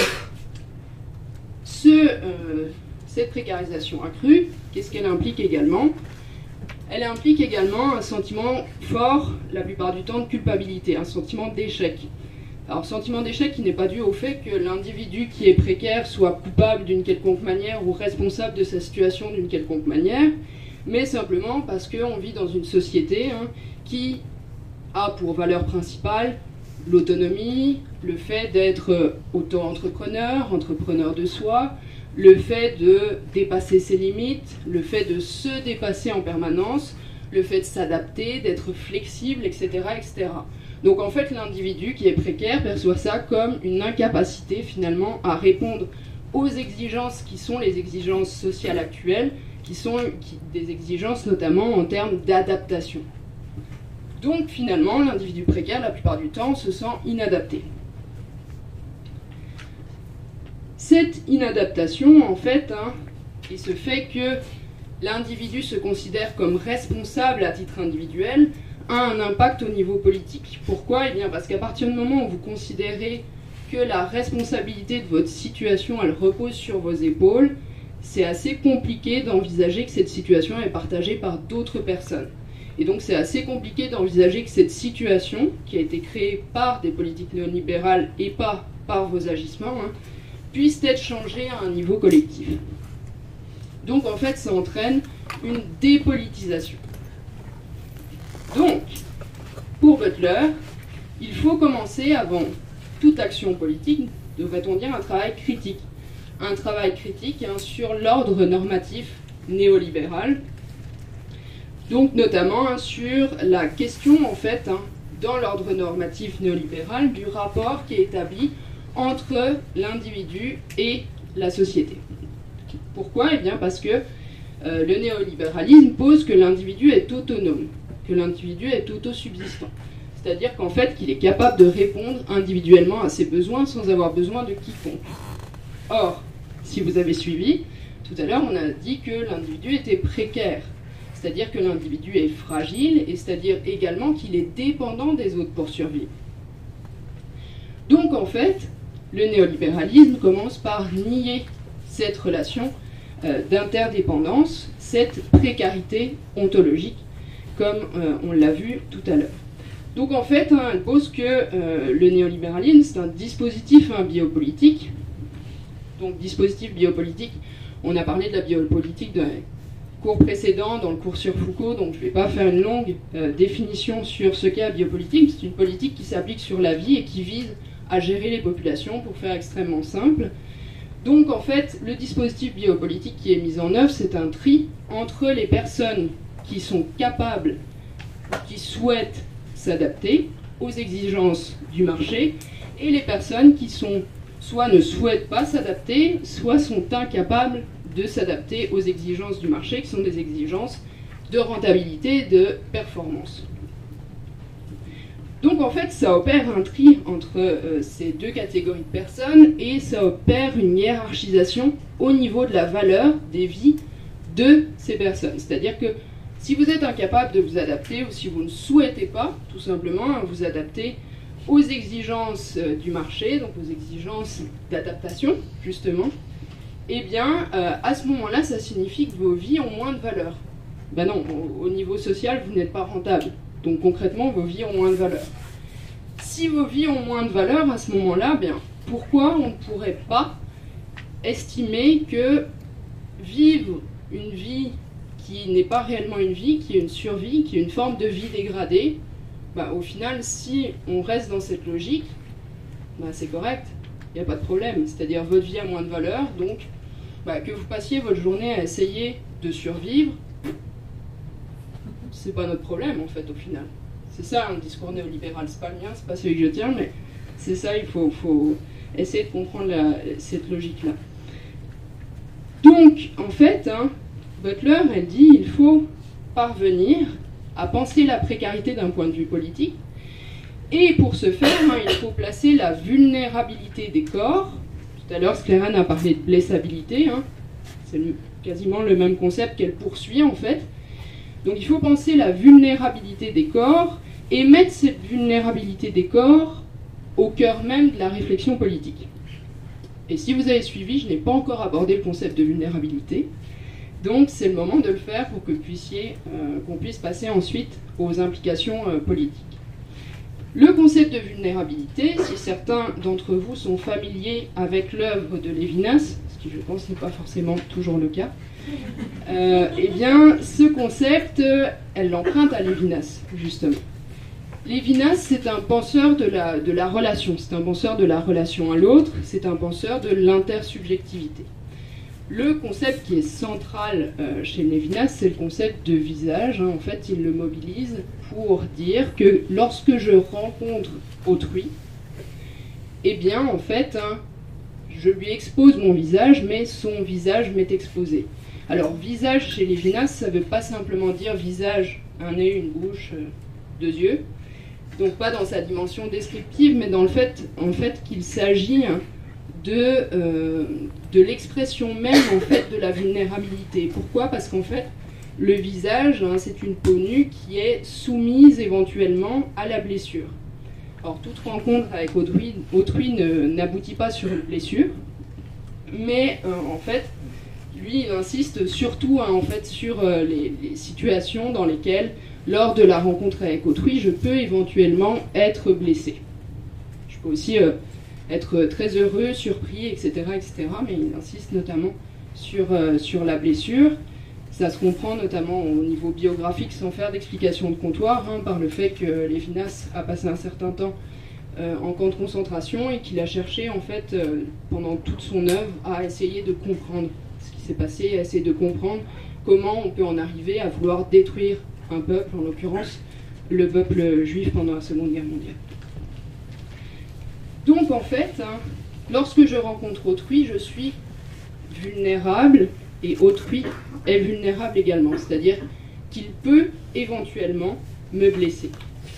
Cette précarisation accrue, qu'est-ce qu'elle implique également? Elle implique également un sentiment fort, la plupart du temps, de culpabilité, un sentiment d'échec. Alors, sentiment d'échec qui n'est pas dû au fait que l'individu qui est précaire soit coupable d'une quelconque manière ou responsable de sa situation d'une quelconque manière, mais simplement parce qu'on vit dans une société qui a pour valeur principale l'autonomie, le fait d'être auto-entrepreneur, entrepreneur de soi, le fait de dépasser ses limites, le fait de se dépasser en permanence, le fait de s'adapter, d'être flexible, etc., etc. Donc en fait, l'individu qui est précaire perçoit ça comme une incapacité finalement à répondre aux exigences qui sont les exigences sociales actuelles, qui sont des exigences notamment en termes d'adaptation. Donc finalement, l'individu précaire, la plupart du temps, se sent inadapté. Cette inadaptation, en fait, il se fait que l'individu se considère comme responsable à titre individuel, a un impact au niveau politique. Pourquoi ? Eh bien parce qu'à partir du moment où vous considérez que la responsabilité de votre situation, elle repose sur vos épaules, c'est assez compliqué d'envisager que cette situation est partagée par d'autres personnes. Et donc c'est assez compliqué d'envisager que cette situation, qui a été créée par des politiques néolibérales et pas par vos agissements, puisse être changée à un niveau collectif. Donc en fait ça entraîne une dépolitisation. Donc, pour Butler, il faut commencer avant toute action politique, devrait-on dire, un travail critique. Un travail critique sur l'ordre normatif néolibéral. Donc notamment sur la question, en fait, dans l'ordre normatif néolibéral, du rapport qui est établi entre l'individu et la société. Pourquoi ? Eh bien parce que le néolibéralisme pose que l'individu est autonome, que l'individu est autosubsistant. C'est-à-dire qu'en fait, qu'il est capable de répondre individuellement à ses besoins sans avoir besoin de quiconque. Or, si vous avez suivi, tout à l'heure, on a dit que l'individu était précaire. C'est-à-dire que l'individu est fragile, et c'est-à-dire également qu'il est dépendant des autres pour survivre. Donc, en fait, le néolibéralisme commence par nier cette relation d'interdépendance, cette précarité ontologique, comme on l'a vu tout à l'heure. Donc en fait, elle pose que le néolibéralisme, c'est un dispositif biopolitique. Donc dispositif biopolitique, on a parlé de la biopolitique dans les cours précédents, dans le cours sur Foucault, donc je ne vais pas faire une longue définition sur ce qu'est la biopolitique. C'est une politique qui s'applique sur la vie et qui vise à gérer les populations, pour faire extrêmement simple. Donc en fait, le dispositif biopolitique qui est mis en œuvre, c'est un tri entre les personnes qui sont capables, qui souhaitent s'adapter aux exigences du marché, et les personnes qui sont, soit ne souhaitent pas s'adapter, soit sont incapables de s'adapter aux exigences du marché, qui sont des exigences de rentabilité, de performance. Donc en fait, ça opère un tri entre ces deux catégories de personnes, et ça opère une hiérarchisation au niveau de la valeur des vies de ces personnes. C'est-à-dire que si vous êtes incapable de vous adapter, ou si vous ne souhaitez pas, tout simplement, vous adapter aux exigences du marché, donc aux exigences d'adaptation, justement, eh bien, à ce moment-là, ça signifie que vos vies ont moins de valeur. Ben non, au niveau social, vous n'êtes pas rentable. Donc concrètement, vos vies ont moins de valeur. Si vos vies ont moins de valeur, à ce moment-là, bien, pourquoi on ne pourrait pas estimer que vivre une vie qui n'est pas réellement une vie, qui est une survie, qui est une forme de vie dégradée, bah, au final, si on reste dans cette logique, bah, c'est correct, il n'y a pas de problème. C'est-à-dire votre vie a moins de valeur, donc bah, que vous passiez votre journée à essayer de survivre, c'est pas notre problème en fait au final. C'est ça un discours néolibéral, c'est pas le mien, c'est pas celui que je tiens, mais c'est ça, il faut essayer de comprendre cette logique-là. Donc, en fait, Butler, elle dit il faut parvenir à penser la précarité d'un point de vue politique, et pour ce faire, il faut placer la vulnérabilité des corps. Tout à l'heure, Sclérane a parlé de blessabilité, c'est quasiment le même concept qu'elle poursuit en fait. Donc il faut penser la vulnérabilité des corps et mettre cette vulnérabilité des corps au cœur même de la réflexion politique. Et si vous avez suivi, je n'ai pas encore abordé le concept de vulnérabilité, donc c'est le moment de le faire pour que qu'on puisse passer ensuite aux implications politiques. Le concept de vulnérabilité, si certains d'entre vous sont familiers avec l'œuvre de Lévinas, parce ce qui je pense n'est pas forcément toujours le cas. Eh bien, ce concept, elle l'emprunte à Lévinas, justement. Lévinas, c'est un penseur de la relation, c'est un penseur de la relation à l'autre, c'est un penseur de l'intersubjectivité. Le concept qui est central chez Lévinas, c'est le concept de visage. En fait, il le mobilise pour dire que lorsque je rencontre autrui, eh bien, en fait, je lui expose mon visage, mais son visage m'est exposé. Alors, visage chez Lévinas, ça ne veut pas simplement dire visage, un nez, une bouche, deux yeux. Donc pas dans sa dimension descriptive, mais dans le fait, qu'il s'agit de l'expression même en fait de la vulnérabilité. Pourquoi? Parce qu'en fait, le visage, c'est une peau nue qui est soumise éventuellement à la blessure. Alors toute rencontre avec autrui n'aboutit pas sur une blessure, mais en fait, lui, il insiste surtout en fait sur les situations dans lesquelles, lors de la rencontre avec autrui, je peux éventuellement être blessé. Je peux aussi être très heureux, surpris, etc., etc. Mais il insiste notamment sur la blessure. Ça se comprend notamment au niveau biographique, sans faire d'explication de comptoir, par le fait que Lévinas a passé un certain temps en camp de concentration et qu'il a cherché, en fait, pendant toute son œuvre, à essayer de comprendre ce qui s'est passé, à essayer de comprendre comment on peut en arriver à vouloir détruire un peuple, en l'occurrence le peuple juif pendant la Seconde Guerre mondiale. Donc en fait, lorsque je rencontre autrui, je suis vulnérable et autrui est vulnérable également, c'est-à-dire qu'il peut éventuellement me blesser.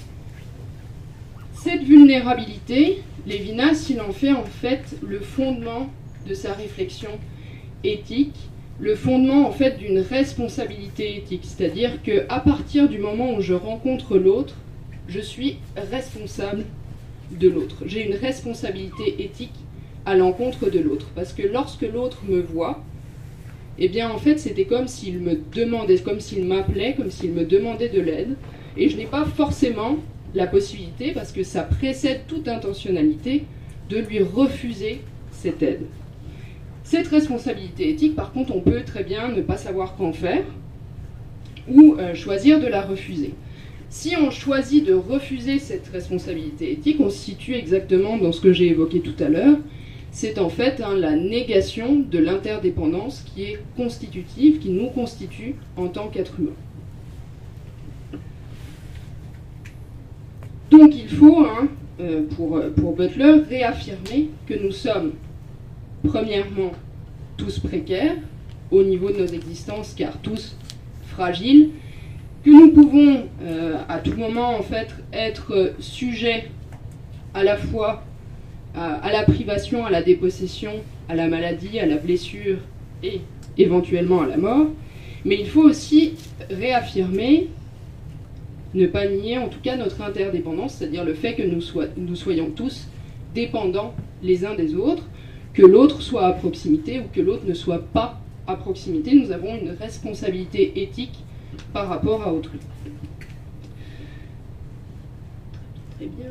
Cette vulnérabilité, Lévinas, il en fait le fondement de sa réflexion éthique, le fondement en fait d'une responsabilité éthique, c'est-à-dire qu'à partir du moment où je rencontre l'autre, je suis responsable de l'autre. J'ai une responsabilité éthique à l'encontre de l'autre, parce que lorsque l'autre me voit, eh bien en fait c'était comme s'il me demandait, comme s'il m'appelait, comme s'il me demandait de l'aide, et je n'ai pas forcément la possibilité, parce que ça précède toute intentionnalité, de lui refuser cette aide. Cette responsabilité éthique, par contre, on peut très bien ne pas savoir qu'en faire ou choisir de la refuser. Si on choisit de refuser cette responsabilité éthique, on se situe exactement dans ce que j'ai évoqué tout à l'heure. C'est en fait la négation de l'interdépendance qui est constitutive, qui nous constitue en tant qu'être humain. Donc il faut, pour Butler, réaffirmer que nous sommes premièrement tous précaires au niveau de nos existences, car tous fragiles, que nous pouvons à tout moment en fait être sujets à la fois à la privation, à la dépossession, à la maladie, à la blessure et éventuellement à la mort, mais il faut aussi réaffirmer, ne pas nier en tout cas notre interdépendance, c'est-à-dire le fait que nous soyons tous dépendants les uns des autres, que l'autre soit à proximité ou que l'autre ne soit pas à proximité. Nous avons une responsabilité éthique par rapport à autrui. Très bien.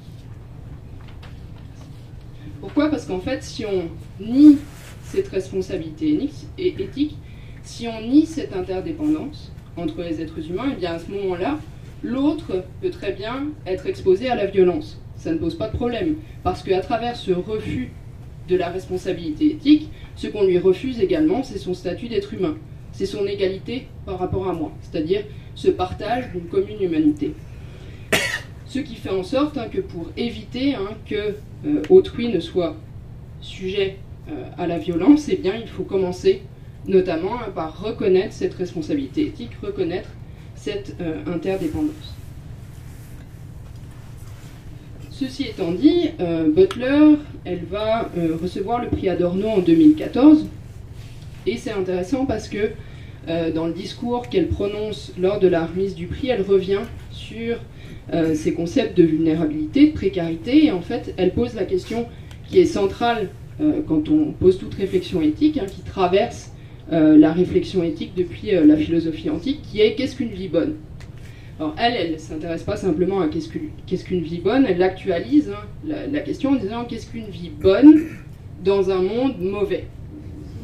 Pourquoi? Parce qu'en fait, si on nie cette responsabilité éthique, si on nie cette interdépendance entre les êtres humains, et bien à ce moment-là, l'autre peut très bien être exposé à la violence. Ça ne pose pas de problème, parce qu'à travers ce refus de la responsabilité éthique, ce qu'on lui refuse également, c'est son statut d'être humain, c'est son égalité par rapport à moi, c'est-à-dire ce partage d'une commune humanité. Ce qui fait en sorte que pour éviter que autrui ne soit sujet à la violence, eh bien, il faut commencer notamment par reconnaître cette responsabilité éthique, reconnaître cette interdépendance. Ceci étant dit, Butler, elle va recevoir le prix Adorno en 2014, et c'est intéressant parce que dans le discours qu'elle prononce lors de la remise du prix, elle revient sur ces concepts de vulnérabilité, de précarité, et en fait, elle pose la question qui est centrale quand on pose toute réflexion éthique, qui traverse la réflexion éthique depuis la philosophie antique, qui est qu'est-ce qu'une vie bonne? Alors elle ne s'intéresse pas simplement à qu'est-ce qu'une vie bonne, elle actualise la question en disant qu'est-ce qu'une vie bonne dans un monde mauvais.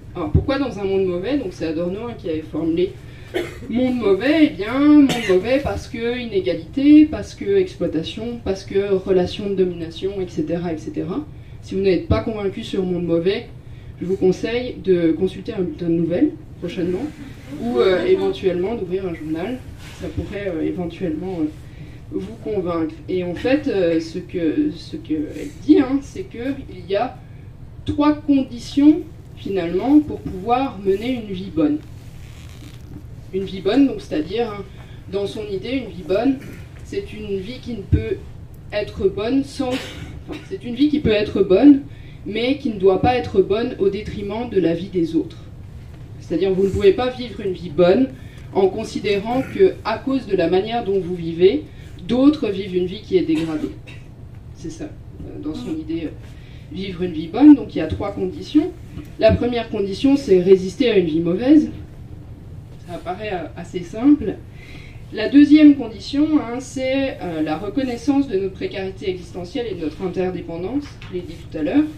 Alors pourquoi dans un monde mauvais? Donc c'est Adorno qui avait formulé monde mauvais. Eh bien, monde mauvais parce que inégalité, parce que exploitation, parce que relation de domination, etc., etc. Si vous n'êtes pas convaincu sur monde mauvais, je vous conseille de consulter un bulletin de nouvelles prochainement, ou éventuellement d'ouvrir un journal. Ça pourrait éventuellement vous convaincre. Et en fait, ce qu'elle dit, c'est qu'il y a 3 conditions finalement pour pouvoir mener une vie bonne. Une vie bonne, donc c'est-à-dire, dans son idée, une vie bonne, c'est une vie qui ne peut être bonne sans... Enfin, c'est une vie qui peut être bonne, mais qui ne doit pas être bonne au détriment de la vie des autres. C'est-à-dire, vous ne pouvez pas vivre une vie bonne en considérant que, à cause de la manière dont vous vivez, d'autres vivent une vie qui est dégradée. C'est ça, dans son idée, vivre une vie bonne. Donc il y a 3 conditions. La première condition, c'est résister à une vie mauvaise. Ça apparaît assez simple. La deuxième condition, c'est la reconnaissance de notre précarité existentielle et de notre interdépendance. Je l'ai dit tout à l'heure.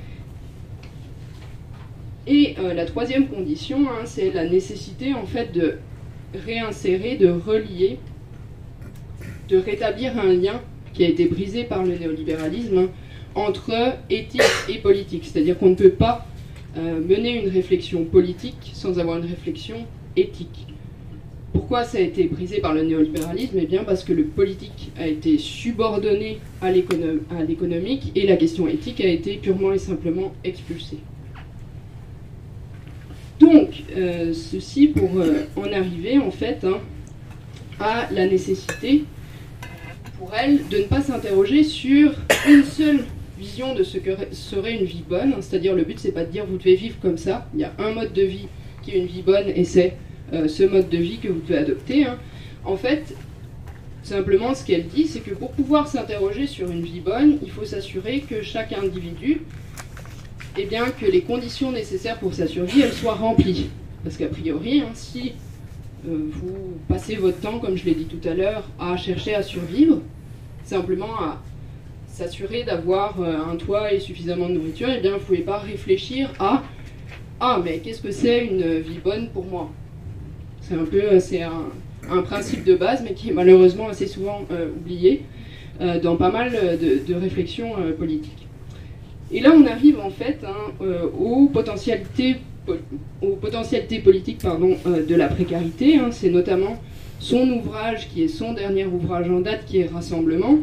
Et la troisième condition, c'est la nécessité en fait de réinsérer, de relier, de rétablir un lien qui a été brisé par le néolibéralisme entre éthique et politique. C'est-à-dire qu'on ne peut pas mener une réflexion politique sans avoir une réflexion éthique. Pourquoi ça a été brisé par le néolibéralisme? Eh bien parce que le politique a été subordonné à l'économique et la question éthique a été purement et simplement expulsée. Donc, ceci pour en arriver en fait à la nécessité pour elle de ne pas s'interroger sur une seule vision de ce que serait une vie bonne, c'est-à-dire le but c'est pas de dire vous devez vivre comme ça, il y a un mode de vie qui est une vie bonne et c'est ce mode de vie que vous devez adopter. En fait, simplement ce qu'elle dit c'est que pour pouvoir s'interroger sur une vie bonne, il faut s'assurer que chaque individu, eh bien que les conditions nécessaires pour sa survie elles soient remplies. Parce qu'a priori, si vous passez votre temps, comme je l'ai dit tout à l'heure, à chercher à survivre, simplement à s'assurer d'avoir un toit et suffisamment de nourriture, eh bien vous ne pouvez pas réfléchir à « Ah, mais qu'est-ce que c'est une vie bonne pour moi ?» C'est un peu un principe de base, mais qui est malheureusement assez souvent oublié dans pas mal de réflexions politiques. Et là, on arrive en fait aux potentialités politiques de la précarité. C'est notamment son ouvrage, qui est son dernier ouvrage en date, qui est Rassemblement.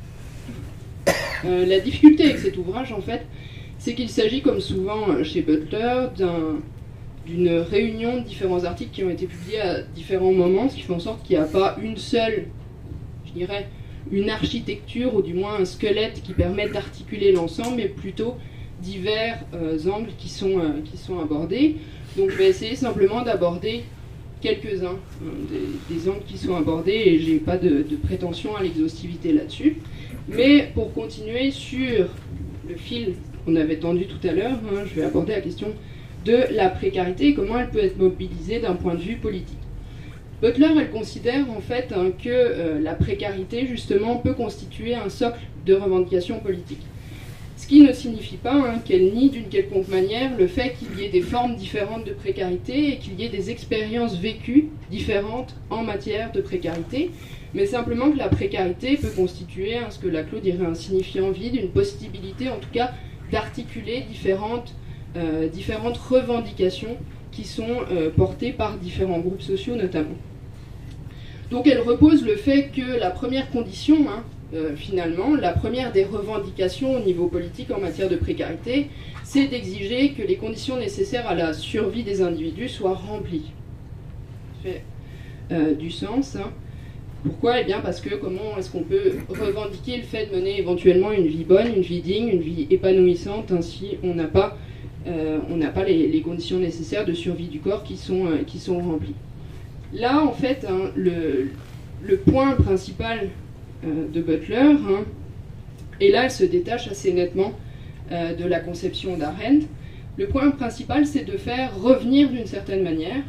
La difficulté avec cet ouvrage, en fait, c'est qu'il s'agit, comme souvent chez Butler, d'une réunion de différents articles qui ont été publiés à différents moments, ce qui fait en sorte qu'il n'y a pas une seule, je dirais, une architecture, ou du moins un squelette qui permet d'articuler l'ensemble, mais plutôt divers angles qui sont abordés. Donc je vais essayer simplement d'aborder quelques-uns des angles qui sont abordés, et j'ai pas de prétention à l'exhaustivité là-dessus. Mais pour continuer sur le fil qu'on avait tendu tout à l'heure, je vais aborder la question de la précarité et comment elle peut être mobilisée d'un point de vue politique. Butler, elle considère en fait que la précarité, justement, peut constituer un socle de revendication politique. Ce qui ne signifie pas qu'elle nie d'une quelconque manière le fait qu'il y ait des formes différentes de précarité et qu'il y ait des expériences vécues différentes en matière de précarité, mais simplement que la précarité peut constituer ce que Laclos dirait un signifiant vide, une possibilité en tout cas d'articuler différentes revendications qui sont portées par différents groupes sociaux notamment. Donc elle repose le fait que la première condition, finalement, la première des revendications au niveau politique en matière de précarité, c'est d'exiger que les conditions nécessaires à la survie des individus soient remplies. Ça fait du sens. Pourquoi? Eh bien parce que comment est-ce qu'on peut revendiquer le fait de mener éventuellement une vie bonne, une vie digne, une vie épanouissante, si on n'a pas les conditions nécessaires de survie du corps qui sont remplies. Là, en fait, le point principal de Butler, et là, elle se détache assez nettement de la conception d'Arendt. Le point principal, c'est de faire revenir d'une certaine manière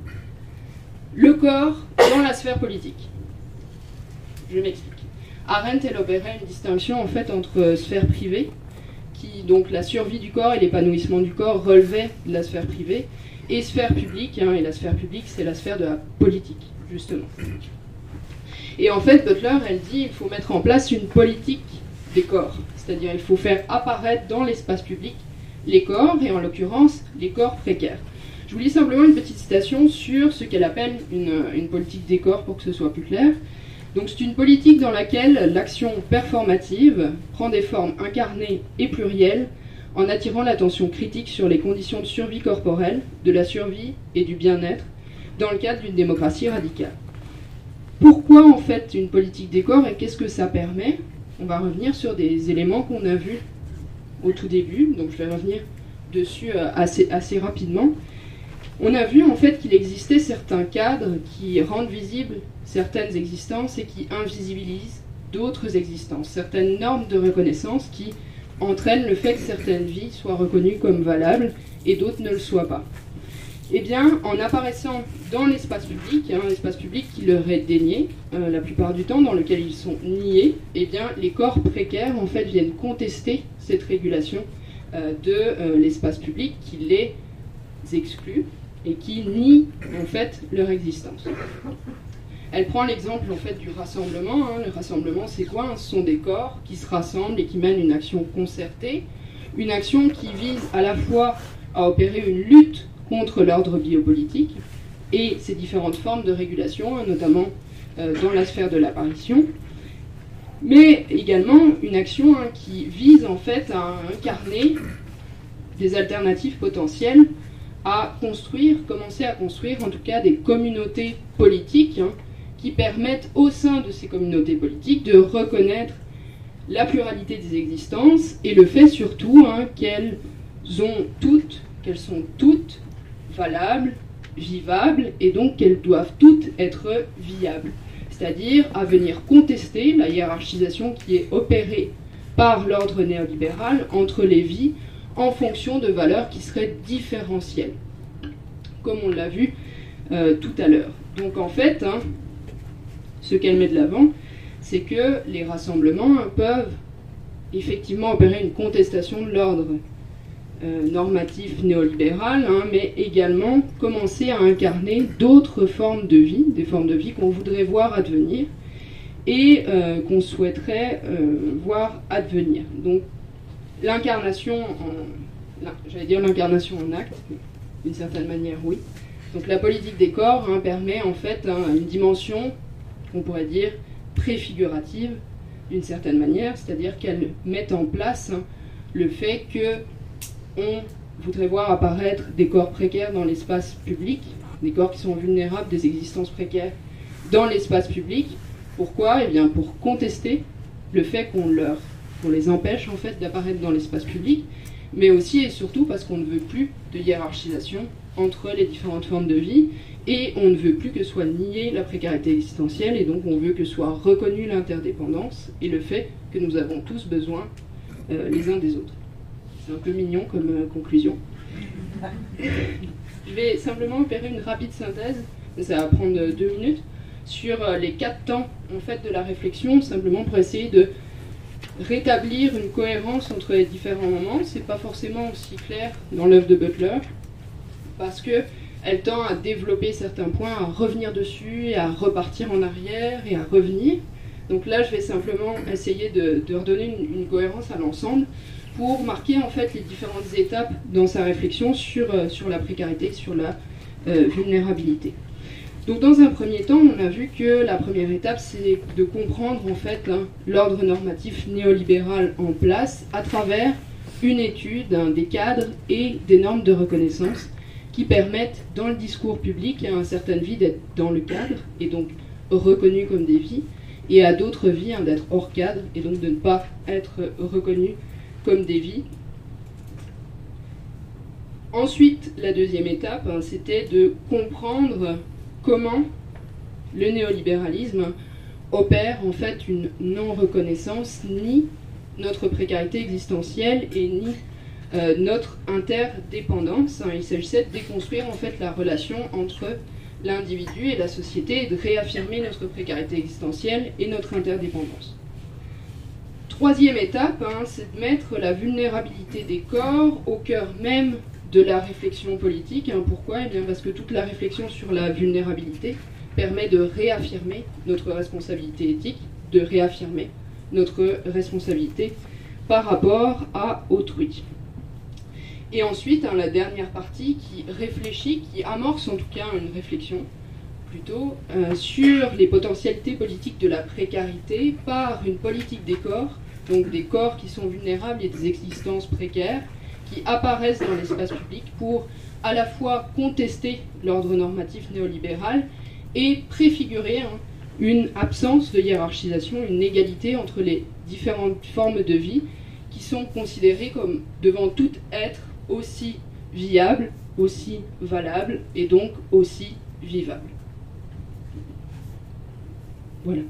le corps dans la sphère politique. Je m'explique. Arendt, elle opérait une distinction en fait entre sphère privée, donc la survie du corps et l'épanouissement du corps relevaient de la sphère privée, et sphère publique, et la sphère publique, c'est la sphère de la politique, justement. Et en fait, Butler, elle dit qu'il faut mettre en place une politique des corps, c'est-à-dire il faut faire apparaître dans l'espace public les corps, et en l'occurrence, les corps précaires. Je vous lis simplement une petite citation sur ce qu'elle appelle une politique des corps, pour que ce soit plus clair. Donc c'est une politique dans laquelle l'action performative prend des formes incarnées et plurielles, en attirant l'attention critique sur les conditions de survie corporelle, de la survie et du bien-être, dans le cadre d'une démocratie radicale. Pourquoi en fait une politique des corps et qu'est-ce que ça permet? On va revenir sur des éléments qu'on a vus au tout début, donc je vais revenir dessus assez rapidement. On a vu en fait qu'il existait certains cadres qui rendent visibles certaines existences et qui invisibilisent d'autres existences, certaines normes de reconnaissance qui entraînent le fait que certaines vies soient reconnues comme valables et d'autres ne le soient pas. Eh bien, en apparaissant dans l'espace public, l'espace public qui leur est dénié, la plupart du temps, dans lequel ils sont niés, eh bien, les corps précaires, en fait, viennent contester cette régulation de l'espace public qui les exclut et qui nie, en fait, leur existence. Elle prend l'exemple, en fait, du rassemblement. Le rassemblement, c'est quoi? Ce sont des corps qui se rassemblent et qui mènent une action concertée, une action qui vise à la fois à opérer une lutte contre l'ordre biopolitique et ses différentes formes de régulation, notamment dans la sphère de l'apparition, mais également une action qui vise en fait à incarner des alternatives potentielles, à construire, commencer à construire en tout cas des communautés politiques qui permettent au sein de ces communautés politiques de reconnaître la pluralité des existences et le fait surtout qu'elles sont toutes valables, vivables, et donc qu'elles doivent toutes être viables. C'est-à-dire à venir contester la hiérarchisation qui est opérée par l'ordre néolibéral entre les vies en fonction de valeurs qui seraient différentielles, comme on l'a vu tout à l'heure. Donc en fait, ce qu'elle met de l'avant, c'est que les rassemblements peuvent effectivement opérer une contestation de l'ordre normatif néolibéral, mais également commencer à incarner d'autres formes de vie, des formes de vie qu'on voudrait voir advenir et qu'on souhaiterait voir advenir. Donc l'incarnation j'allais dire l'incarnation en acte, d'une certaine manière oui. Donc la politique des corps permet en fait une dimension qu'on pourrait dire préfigurative d'une certaine manière, c'est-à-dire qu'elle met en place le fait que on voudrait voir apparaître des corps précaires dans l'espace public, des corps qui sont vulnérables, des existences précaires dans l'espace public. Pourquoi? Eh bien pour contester le fait qu'on les empêche en fait d'apparaître dans l'espace public, mais aussi et surtout parce qu'on ne veut plus de hiérarchisation entre les différentes formes de vie, et on ne veut plus que soit niée la précarité existentielle, et donc on veut que soit reconnue l'interdépendance et le fait que nous avons tous besoin les uns des autres. C'est un peu mignon comme conclusion. Je vais simplement opérer une rapide synthèse, ça va prendre 2 minutes, sur les 4 temps en fait, de la réflexion, simplement pour essayer de rétablir une cohérence entre les différents moments. C'est pas forcément aussi clair dans l'œuvre de Butler, parce qu'elle tend à développer certains points, à revenir dessus, et à repartir en arrière, et à revenir. Donc là, je vais simplement essayer de redonner une cohérence à l'ensemble, pour marquer en fait les différentes étapes dans sa réflexion sur la précarité, sur la vulnérabilité. Donc dans un premier temps, on a vu que la première étape, c'est de comprendre en fait l'ordre normatif néolibéral en place à travers une étude des cadres et des normes de reconnaissance qui permettent dans le discours public à certaines vies d'être dans le cadre et donc reconnues comme des vies, et à d'autres vies d'être hors cadre et donc de ne pas être reconnues comme des vies. Ensuite, la deuxième étape, c'était de comprendre comment le néolibéralisme opère en fait une non-reconnaissance ni notre précarité existentielle et ni notre interdépendance. Il s'agissait de déconstruire en fait la relation entre l'individu et la société et de réaffirmer notre précarité existentielle et notre interdépendance. troisième étape, hein, c'est de mettre la vulnérabilité des corps au cœur même de la réflexion politique. Hein. Pourquoi? Eh bien parce que toute la réflexion sur la vulnérabilité permet de réaffirmer notre responsabilité éthique, de réaffirmer notre responsabilité par rapport à autrui. Et ensuite, hein, la dernière partie qui réfléchit, qui amorce en tout cas une réflexion plutôt sur les potentialités politiques de la précarité par une politique des corps, donc des corps qui sont vulnérables et des existences précaires qui apparaissent dans l'espace public pour à la fois contester l'ordre normatif néolibéral et préfigurer hein, une absence de hiérarchisation, une égalité entre les différentes formes de vie qui sont considérées comme devant toutes être aussi viables, aussi valables et donc aussi vivables. Voilà.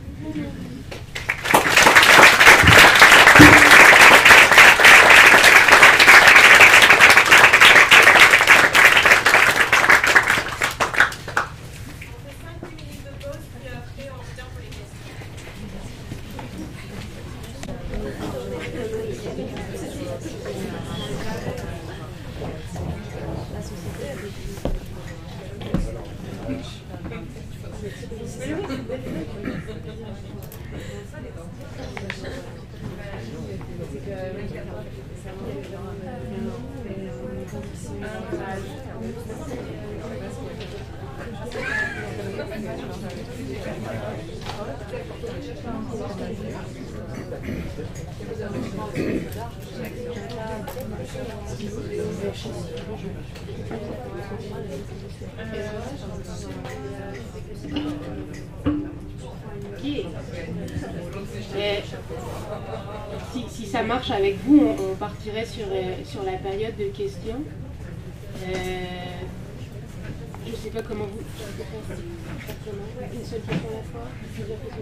Si ça marche avec vous, on partirait sur la période de questions. Je ne sais pas comment vous... Une seule question à la fois, plusieurs questions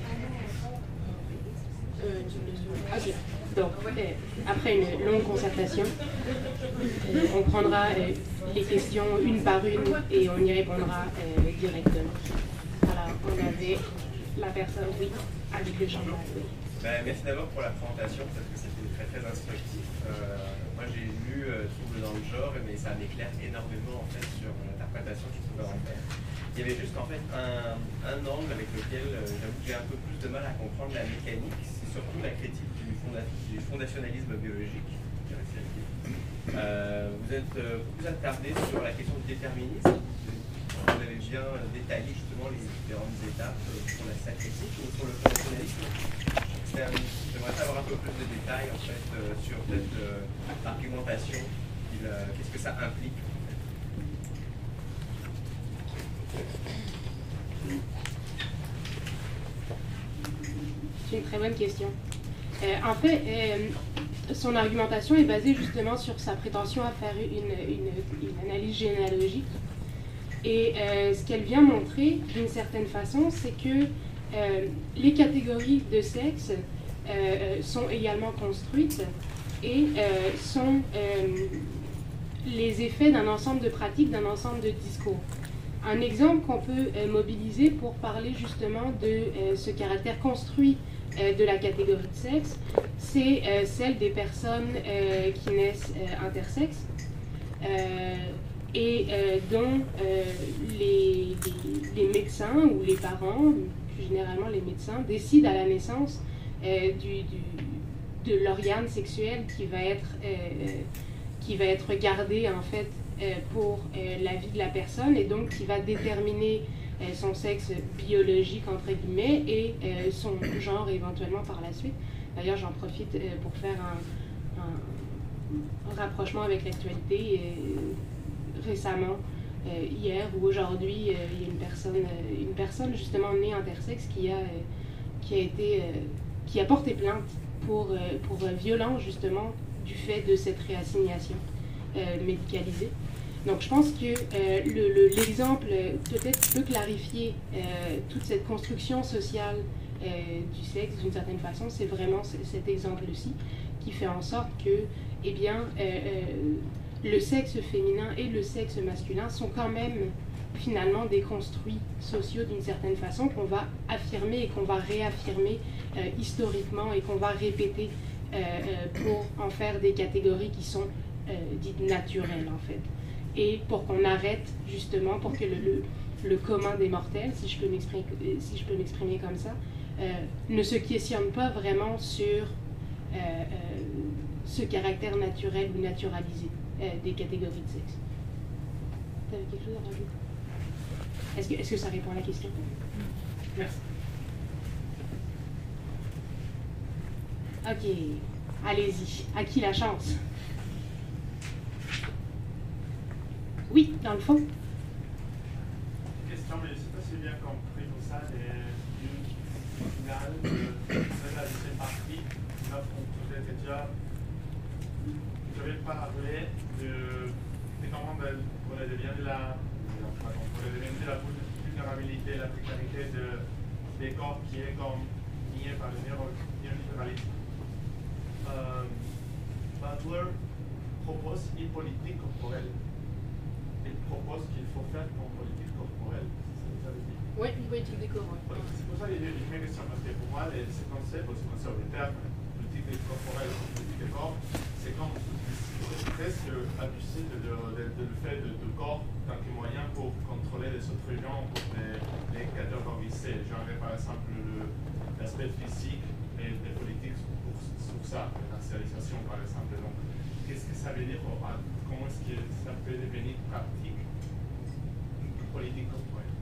à la fois. Ok. Donc, après une longue concertation, on prendra les questions une par une et on y répondra directement. Voilà, on avait la personne, oui, avec le changement. Oui. Merci d'abord pour la présentation parce que c'était très très instructif. Moi j'ai lu Trouble dans le genre, mais ça m'éclaire énormément en fait sur l'interprétation que je pouvais en faire. Il y avait juste en fait un angle avec lequel j'avoue que j'ai un peu plus de mal à comprendre la mécanique, c'est surtout la critique du fondationalisme biologique. Vous êtes beaucoup plus attardé sur la question du déterminisme. Vous avez bien détaillé justement les différentes étapes pour sa critique ou sur le fondationalisme. J'aimerais savoir un peu plus de détails en fait, sur peut-être l'argumentation, qu'est-ce que ça implique. C'est une très bonne question. En fait, son argumentation est basée justement sur sa prétention à faire une analyse généalogique. Et ce qu'elle vient montrer, d'une certaine façon, c'est que les catégories de sexe sont également construites et sont les effets d'un ensemble de pratiques, d'un ensemble de discours. Un exemple qu'on peut mobiliser pour parler justement de ce caractère construit de la catégorie de sexe, c'est celle des personnes qui naissent intersexes et dont les médecins ou les parents, plus généralement les médecins, décident à la naissance de l'organe sexuel qui va être gardé en fait pour la vie de la personne et donc qui va déterminer son sexe biologique entre guillemets et son genre éventuellement par la suite. D'ailleurs j'en profite pour faire un rapprochement avec l'actualité. Récemment, hier ou aujourd'hui, il y a une personne justement née intersexe qui a porté plainte pour violence justement du fait de cette réassignation médicalisée. Donc je pense que l'exemple peut-être peut clarifier toute cette construction sociale du sexe d'une certaine façon. C'est vraiment cet exemple-ci qui fait en sorte que, eh bien, le sexe féminin et le sexe masculin sont quand même finalement des construits sociaux d'une certaine façon qu'on va affirmer et qu'on va réaffirmer historiquement et qu'on va répéter pour en faire des catégories qui sont dites naturelles en fait. Et pour qu'on arrête justement, pour que le commun des mortels, si je peux m'exprimer comme ça, ne se questionne pas vraiment sur ce caractère naturel ou naturalisé des catégories de sexe. Tu avais quelque chose à rajouter? Est-ce que ça répond à la question? Merci. Ok, allez-y. À qui la chance? Oui, dans le fond. Question, mais je ne sais pas si j'ai bien compris tout ça, du final de la deuxième partie, là, vous avez déjà, je vais parler de comment on a devient de la vulnérabilité, la précarité des corps qui est comme nié par le néolibéralisme. Butler propose une politique corporelle. Il propose qu'il faut faire une politique corporelle. C'est ça que vous avez dit? Oui, une politique des corps. Ouais. C'est pour ça que j'ai une question, parce que pour moi, ce concept des termes, politique corporelle, politique des corps, c'est comme presque abusé de le fait de corps tant que moyen pour contrôler les autres gens, pour les catégoriser. Genre, par exemple, l'aspect physique et politique sur ça, la racialisation par exemple. Donc, qu'est-ce que ça veut dire? Comment est-ce que ça peut devenir pratique politique corporelle?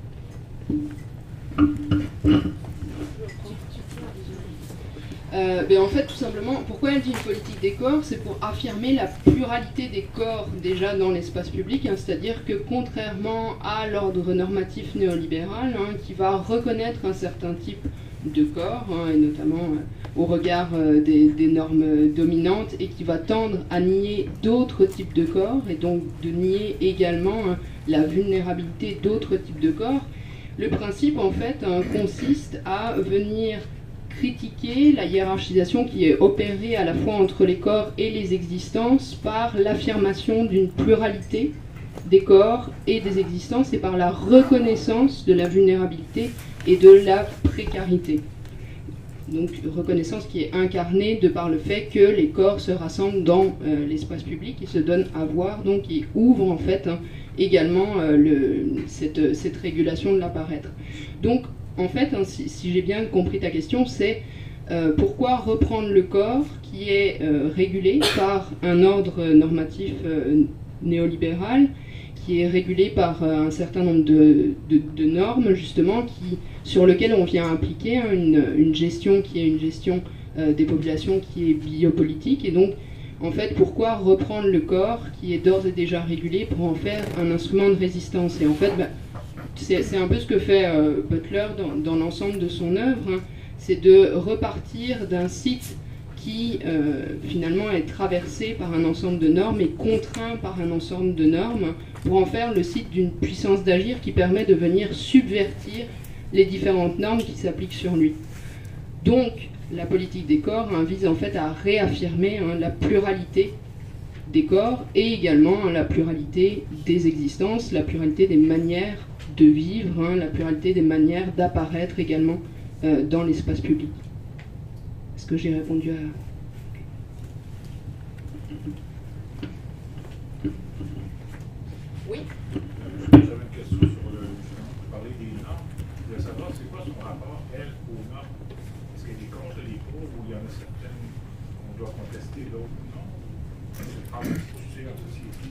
En fait, tout simplement, pourquoi elle dit une politique des corps? C'est pour affirmer la pluralité des corps déjà dans l'espace public, hein, c'est-à-dire que contrairement à l'ordre normatif néolibéral, hein, qui va reconnaître un certain type de corps, hein, et notamment au regard des normes dominantes, et qui va tendre à nier d'autres types de corps, et donc de nier également hein, la vulnérabilité d'autres types de corps, le principe en fait hein, consiste à venir critiquer la hiérarchisation qui est opérée à la fois entre les corps et les existences par l'affirmation d'une pluralité des corps et des existences et par la reconnaissance de la vulnérabilité et de la précarité. Donc reconnaissance qui est incarnée de par le fait que les corps se rassemblent dans l'espace public et se donnent à voir, donc qui ouvre en fait hein, également cette régulation de l'apparaître. Donc en fait, hein, si j'ai bien compris ta question, c'est pourquoi reprendre le corps qui est régulé par un ordre normatif néolibéral, qui est régulé par un certain nombre de normes, justement, sur lesquelles on vient appliquer hein, une gestion qui est une gestion des populations qui est biopolitique. Et donc, en fait, pourquoi reprendre le corps qui est d'ores et déjà régulé pour en faire un instrument de résistance? Et en fait, c'est un peu ce que fait Butler dans l'ensemble de son œuvre, hein, c'est de repartir d'un site qui finalement est traversé par un ensemble de normes et contraint par un ensemble de normes pour en faire le site d'une puissance d'agir qui permet de venir subvertir les différentes normes qui s'appliquent sur lui. Donc la politique des corps hein, vise en fait à réaffirmer hein, la pluralité des corps et également hein, la pluralité des existences, la pluralité des manières de vivre, hein, la pluralité des manières d'apparaître également dans l'espace public. Est-ce que j'ai répondu à... Oui. J'avais une question sur le parler des normes. Je voulais savoir c'est quoi son rapport, elle, aux normes. Est-ce qu'elle est contre les cours ou il y en a certaines qu'on doit contester, d'autres non? C'est le travail poussé en société.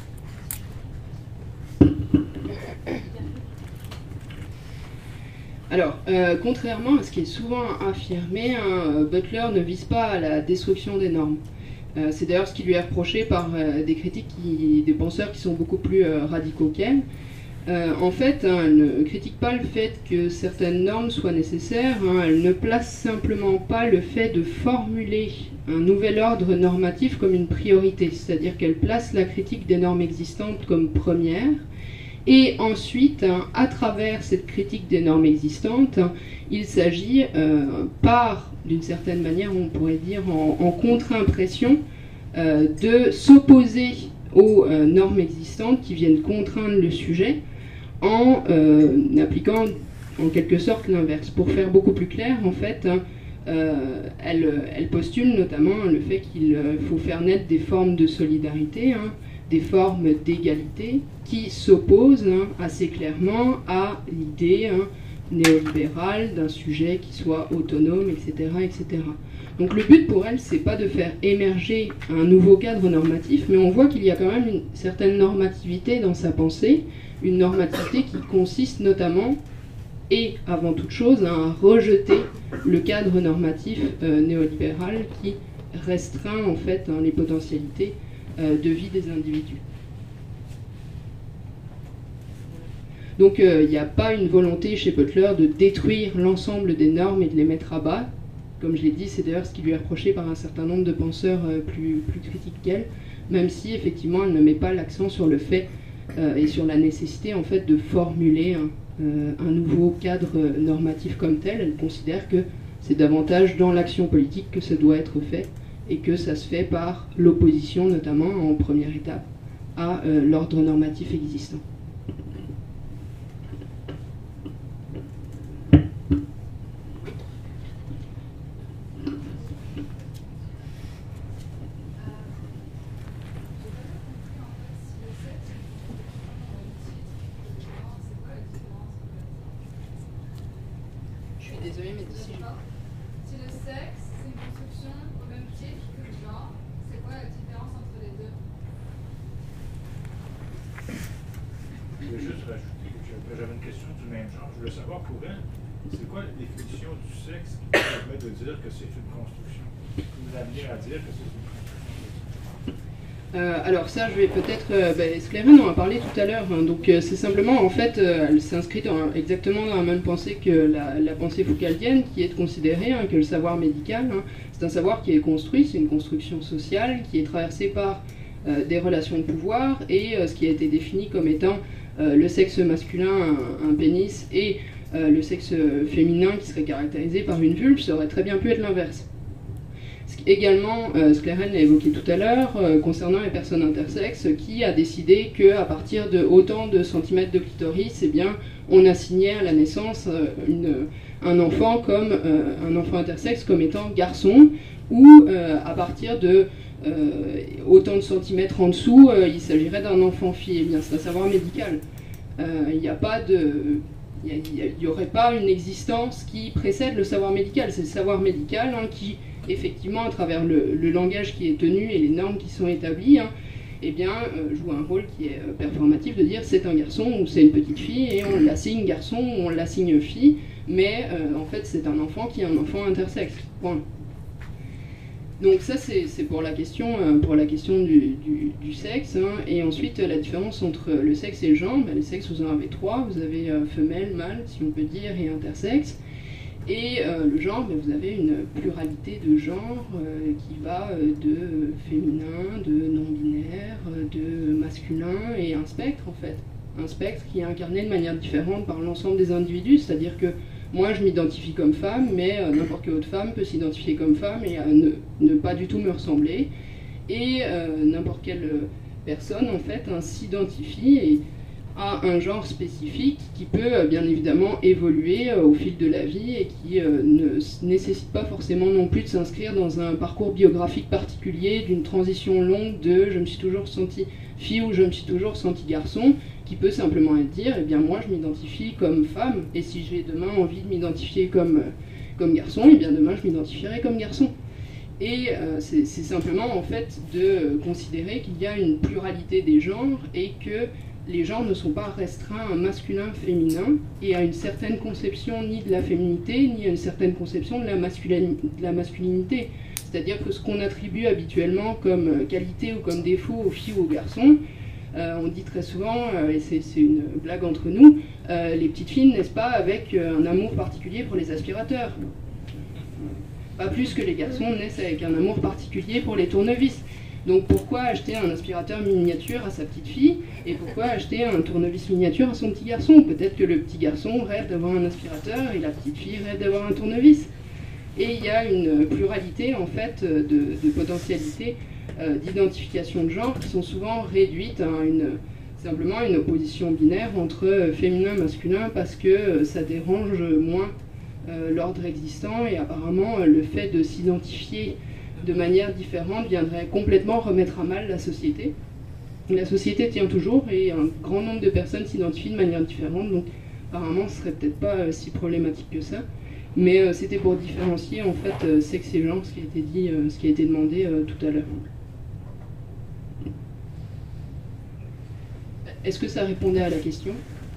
Alors, contrairement à ce qui est souvent affirmé, hein, Butler ne vise pas à la destruction des normes. C'est d'ailleurs ce qui lui est reproché par des critiques, des penseurs qui sont beaucoup plus radicaux qu'elle. En fait, hein, elle ne critique pas le fait que certaines normes soient nécessaires, hein, elle ne place simplement pas le fait de formuler un nouvel ordre normatif comme une priorité, c'est-à-dire qu'elle place la critique des normes existantes comme première, et ensuite, hein, à travers cette critique des normes existantes, hein, il s'agit, d'une certaine manière, on pourrait dire, en contre-impression, de s'opposer aux normes existantes qui viennent contraindre le sujet, en appliquant en quelque sorte l'inverse. Pour faire beaucoup plus clair, en fait, elle postule notamment le fait qu'il faut faire naître des formes de solidarité, des formes d'égalité qui s'opposent assez clairement à l'idée néolibérale d'un sujet qui soit autonome, etc., etc. Donc le but pour elle, c'est pas de faire émerger un nouveau cadre normatif, mais on voit qu'il y a quand même une certaine normativité dans sa pensée, une normativité qui consiste notamment, et avant toute chose, à rejeter le cadre normatif néolibéral qui restreint en fait les potentialités de vie des individus. Donc il n'y a pas une volonté chez Butler de détruire l'ensemble des normes et de les mettre à bas. Comme je l'ai dit, c'est d'ailleurs ce qui lui est reproché par un certain nombre de penseurs plus critiques qu'elle, même si effectivement elle ne met pas l'accent sur le fait et sur la nécessité en fait de formuler un nouveau cadre normatif comme tel. Elle considère que c'est davantage dans l'action politique que ça doit être fait et que ça se fait par l'opposition notamment en première étape à l'ordre normatif existant. Désolée, mais d'ici. Si le sexe, c'est une construction au même titre que le genre, c'est quoi la différence entre les deux? Je voulais juste rajouter que j'avais une question du même genre. Je voulais savoir pour elle, c'est quoi la définition du sexe qui permet de dire que c'est une construction? Vous l'amenez à dire que c'est une construction? Alors ça, je vais peut-être... Sclérène en a parlé tout à l'heure, donc c'est simplement, en fait, elle s'inscrit exactement dans la même pensée que la pensée foucaldienne, qui est de considérer que le savoir médical, c'est un savoir qui est construit, c'est une construction sociale, qui est traversée par des relations de pouvoir, et ce qui a été défini comme étant le sexe masculin, un pénis, et le sexe féminin, qui serait caractérisé par une vulve, ça aurait très bien pu être l'inverse. Également, Sclérène l'a évoqué tout à l'heure, concernant les personnes intersexes, qui a décidé qu'à partir de autant de centimètres de clitoris, eh bien, on assignait à la naissance un enfant intersexe comme étant garçon, ou à partir de autant de centimètres en dessous, il s'agirait d'un enfant fille. Eh bien, c'est un savoir médical. Il n'y aurait pas une existence qui précède le savoir médical. C'est le savoir médical qui, effectivement, à travers le langage qui est tenu et les normes qui sont établies, eh bien, joue un rôle qui est performatif de dire c'est un garçon ou c'est une petite fille et on l'assigne garçon ou on l'assigne fille, mais en fait c'est un enfant qui est un enfant intersexe. Point. Donc ça c'est pour la question du sexe, et ensuite la différence entre le sexe et le genre. Les sexes, vous en avez trois, vous avez femelle, mâle si on peut dire, et intersexe. Et le genre, vous avez une pluralité de genres qui va de féminin, de non-binaire, de masculin, et un spectre en fait. Un spectre qui est incarné de manière différente par l'ensemble des individus, c'est-à-dire que moi je m'identifie comme femme, mais n'importe quelle autre femme peut s'identifier comme femme et ne pas du tout me ressembler. Et n'importe quelle personne en fait s'identifie à un genre spécifique qui peut bien évidemment évoluer au fil de la vie et qui ne nécessite pas forcément non plus de s'inscrire dans un parcours biographique particulier, d'une transition longue de je me suis toujours sentie fille ou je me suis toujours sentie garçon, qui peut simplement être dire eh bien moi je m'identifie comme femme et si j'ai demain envie de m'identifier comme garçon, et bien demain je m'identifierai comme garçon. Et c'est simplement en fait de considérer qu'il y a une pluralité des genres et que les genres ne sont pas restreints à un masculin-féminin et à une certaine conception ni de la féminité, ni à une certaine conception de la masculinité. C'est-à-dire que ce qu'on attribue habituellement comme qualité ou comme défaut aux filles ou aux garçons, on dit très souvent, et c'est une blague entre nous, les petites filles naissent pas avec un amour particulier pour les aspirateurs. Pas plus que les garçons naissent avec un amour particulier pour les tournevis. Donc pourquoi acheter un aspirateur miniature à sa petite fille et pourquoi acheter un tournevis miniature à son petit garçon? Peut-être que le petit garçon rêve d'avoir un aspirateur et la petite fille rêve d'avoir un tournevis. Et il y a une pluralité en fait de potentialités d'identification de genre qui sont souvent réduites à une simplement une opposition binaire entre féminin et masculin parce que ça dérange moins l'ordre existant, et apparemment le fait de s'identifier de manière différente viendrait complètement remettre à mal la société. La société tient toujours et un grand nombre de personnes s'identifient de manière différente, donc apparemment ce serait peut-être pas si problématique que ça. Mais c'était pour différencier en fait sexe et genre, ce qui a été dit, ce qui a été demandé tout à l'heure. Est-ce que ça répondait à la question?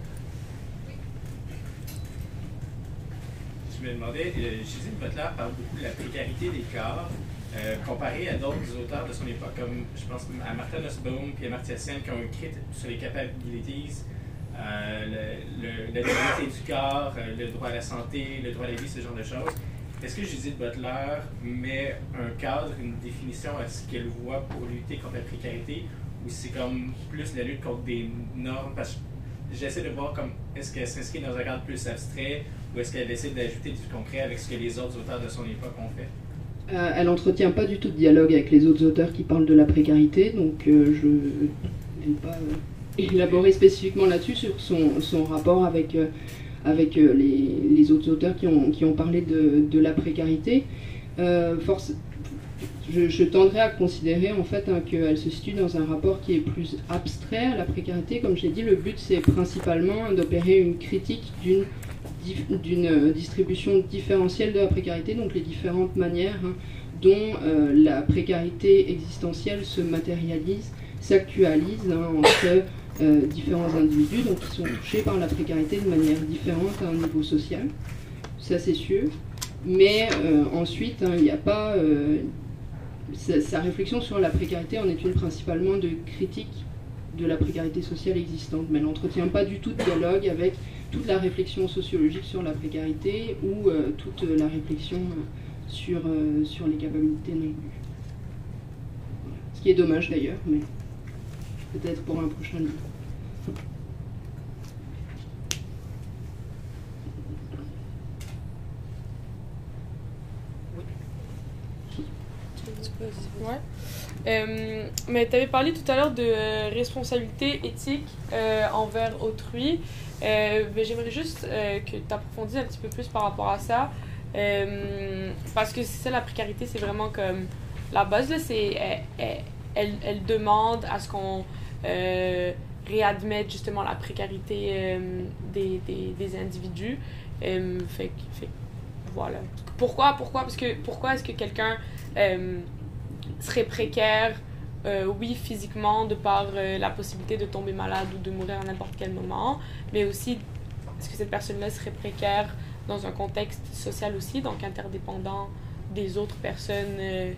Je me demandais, Judith Butler parle beaucoup de la précarité des corps, comparée à d'autres auteurs de son époque, comme je pense à Martha Nussbaum et Amartya Sen, qui ont écrit sur les capabilities, la dignité du corps, le droit à la santé, le droit à la vie, ce genre de choses. Est-ce que Judith Butler met un cadre, une définition à ce qu'elle voit pour lutter contre la précarité, ou c'est comme plus la lutte contre des normes? Parce que j'essaie de voir comme est-ce qu'elle s'inscrit dans un cadre plus abstrait, ou est-ce qu'elle essaie d'ajouter du concret avec ce que les autres auteurs de son époque ont fait? Elle n'entretient pas du tout de dialogue avec les autres auteurs qui parlent de la précarité, donc je ne vais pas élaborer spécifiquement là-dessus sur son rapport avec les autres auteurs qui ont parlé de la précarité. Je tendrais à considérer en fait qu'elle se situe dans un rapport qui est plus abstrait à la précarité. Comme j'ai dit, le but c'est principalement d'opérer une critique d'une distribution différentielle de la précarité, donc les différentes manières dont la précarité existentielle se matérialise, s'actualise entre différents individus, donc qui sont touchés par la précarité de manière différente à un niveau social. Ça c'est sûr. Mais ensuite, il n'y a pas... sa réflexion sur la précarité en est une principalement de critique de la précarité sociale existante, mais elle n'entretient pas du tout de dialogue avec toute la réflexion sociologique sur la précarité ou toute la réflexion sur les capacités non plus. Ce qui est dommage d'ailleurs, mais peut-être pour un prochain livre. Ouais. Mais tu avais parlé tout à l'heure de responsabilité éthique envers autrui. J'aimerais juste que tu approfondisses un petit peu plus par rapport à ça. Parce que c'est ça, la précarité, c'est vraiment comme la base. Là, elle demande à ce qu'on réadmette justement la précarité des individus. Voilà. Pourquoi est-ce que quelqu'un serait précaire, oui, physiquement, de par la possibilité de tomber malade ou de mourir à n'importe quel moment, mais aussi, est-ce que cette personne-là serait précaire dans un contexte social aussi, donc interdépendant des autres personnes?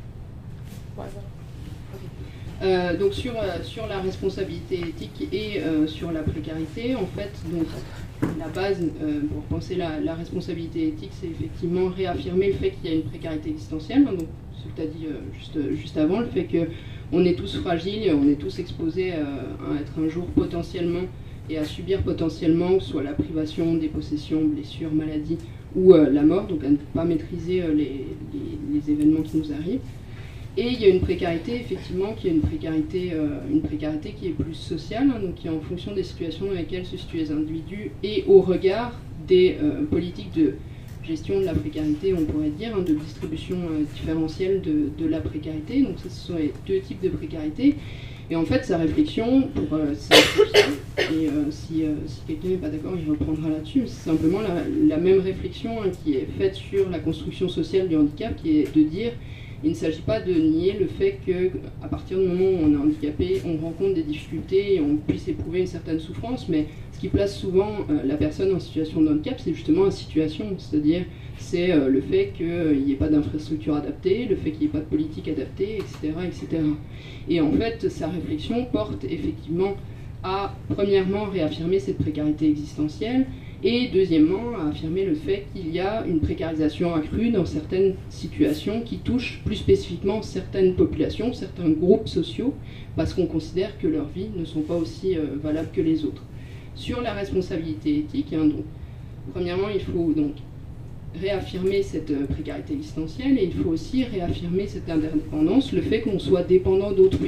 Voilà. Donc sur la responsabilité éthique et sur la précarité, en fait, donc la base pour penser la responsabilité éthique, c'est effectivement réaffirmer le fait qu'il y a une précarité existentielle, donc ce que tu as dit juste avant, le fait qu'on est tous fragiles et on est tous exposés à être un jour potentiellement et à subir potentiellement, que ce soit la privation, des possessions, blessures, maladies ou la mort, donc à ne pas maîtriser les événements qui nous arrivent. Et il y a une précarité, effectivement, qui est une précarité qui est plus sociale, donc qui est en fonction des situations dans lesquelles se situent les individus et au regard des politiques de gestion de la précarité, on pourrait dire, de distribution différentielle de la précarité. Donc ça, ce sont les deux types de précarité. Et en fait, sa réflexion, et si quelqu'un n'est pas d'accord, il reprendra là-dessus, c'est simplement la même réflexion qui est faite sur la construction sociale du handicap, qui est de dire il ne s'agit pas de nier le fait qu'à partir du moment où on est handicapé, on rencontre des difficultés et on puisse éprouver une certaine souffrance, mais ce qui place souvent la personne en situation de handicap, c'est justement la situation, c'est-à-dire c'est le fait qu'il n'y ait pas d'infrastructure adaptée, le fait qu'il n'y ait pas de politique adaptée, etc., etc. Et en fait, sa réflexion porte effectivement à, premièrement, réaffirmer cette précarité existentielle, et deuxièmement, à affirmer le fait qu'il y a une précarisation accrue dans certaines situations qui touchent plus spécifiquement certaines populations, certains groupes sociaux, parce qu'on considère que leurs vies ne sont pas aussi valables que les autres. Sur la responsabilité éthique, donc, premièrement, il faut donc réaffirmer cette précarité existentielle, et il faut aussi réaffirmer cette interdépendance, le fait qu'on soit dépendant d'autrui.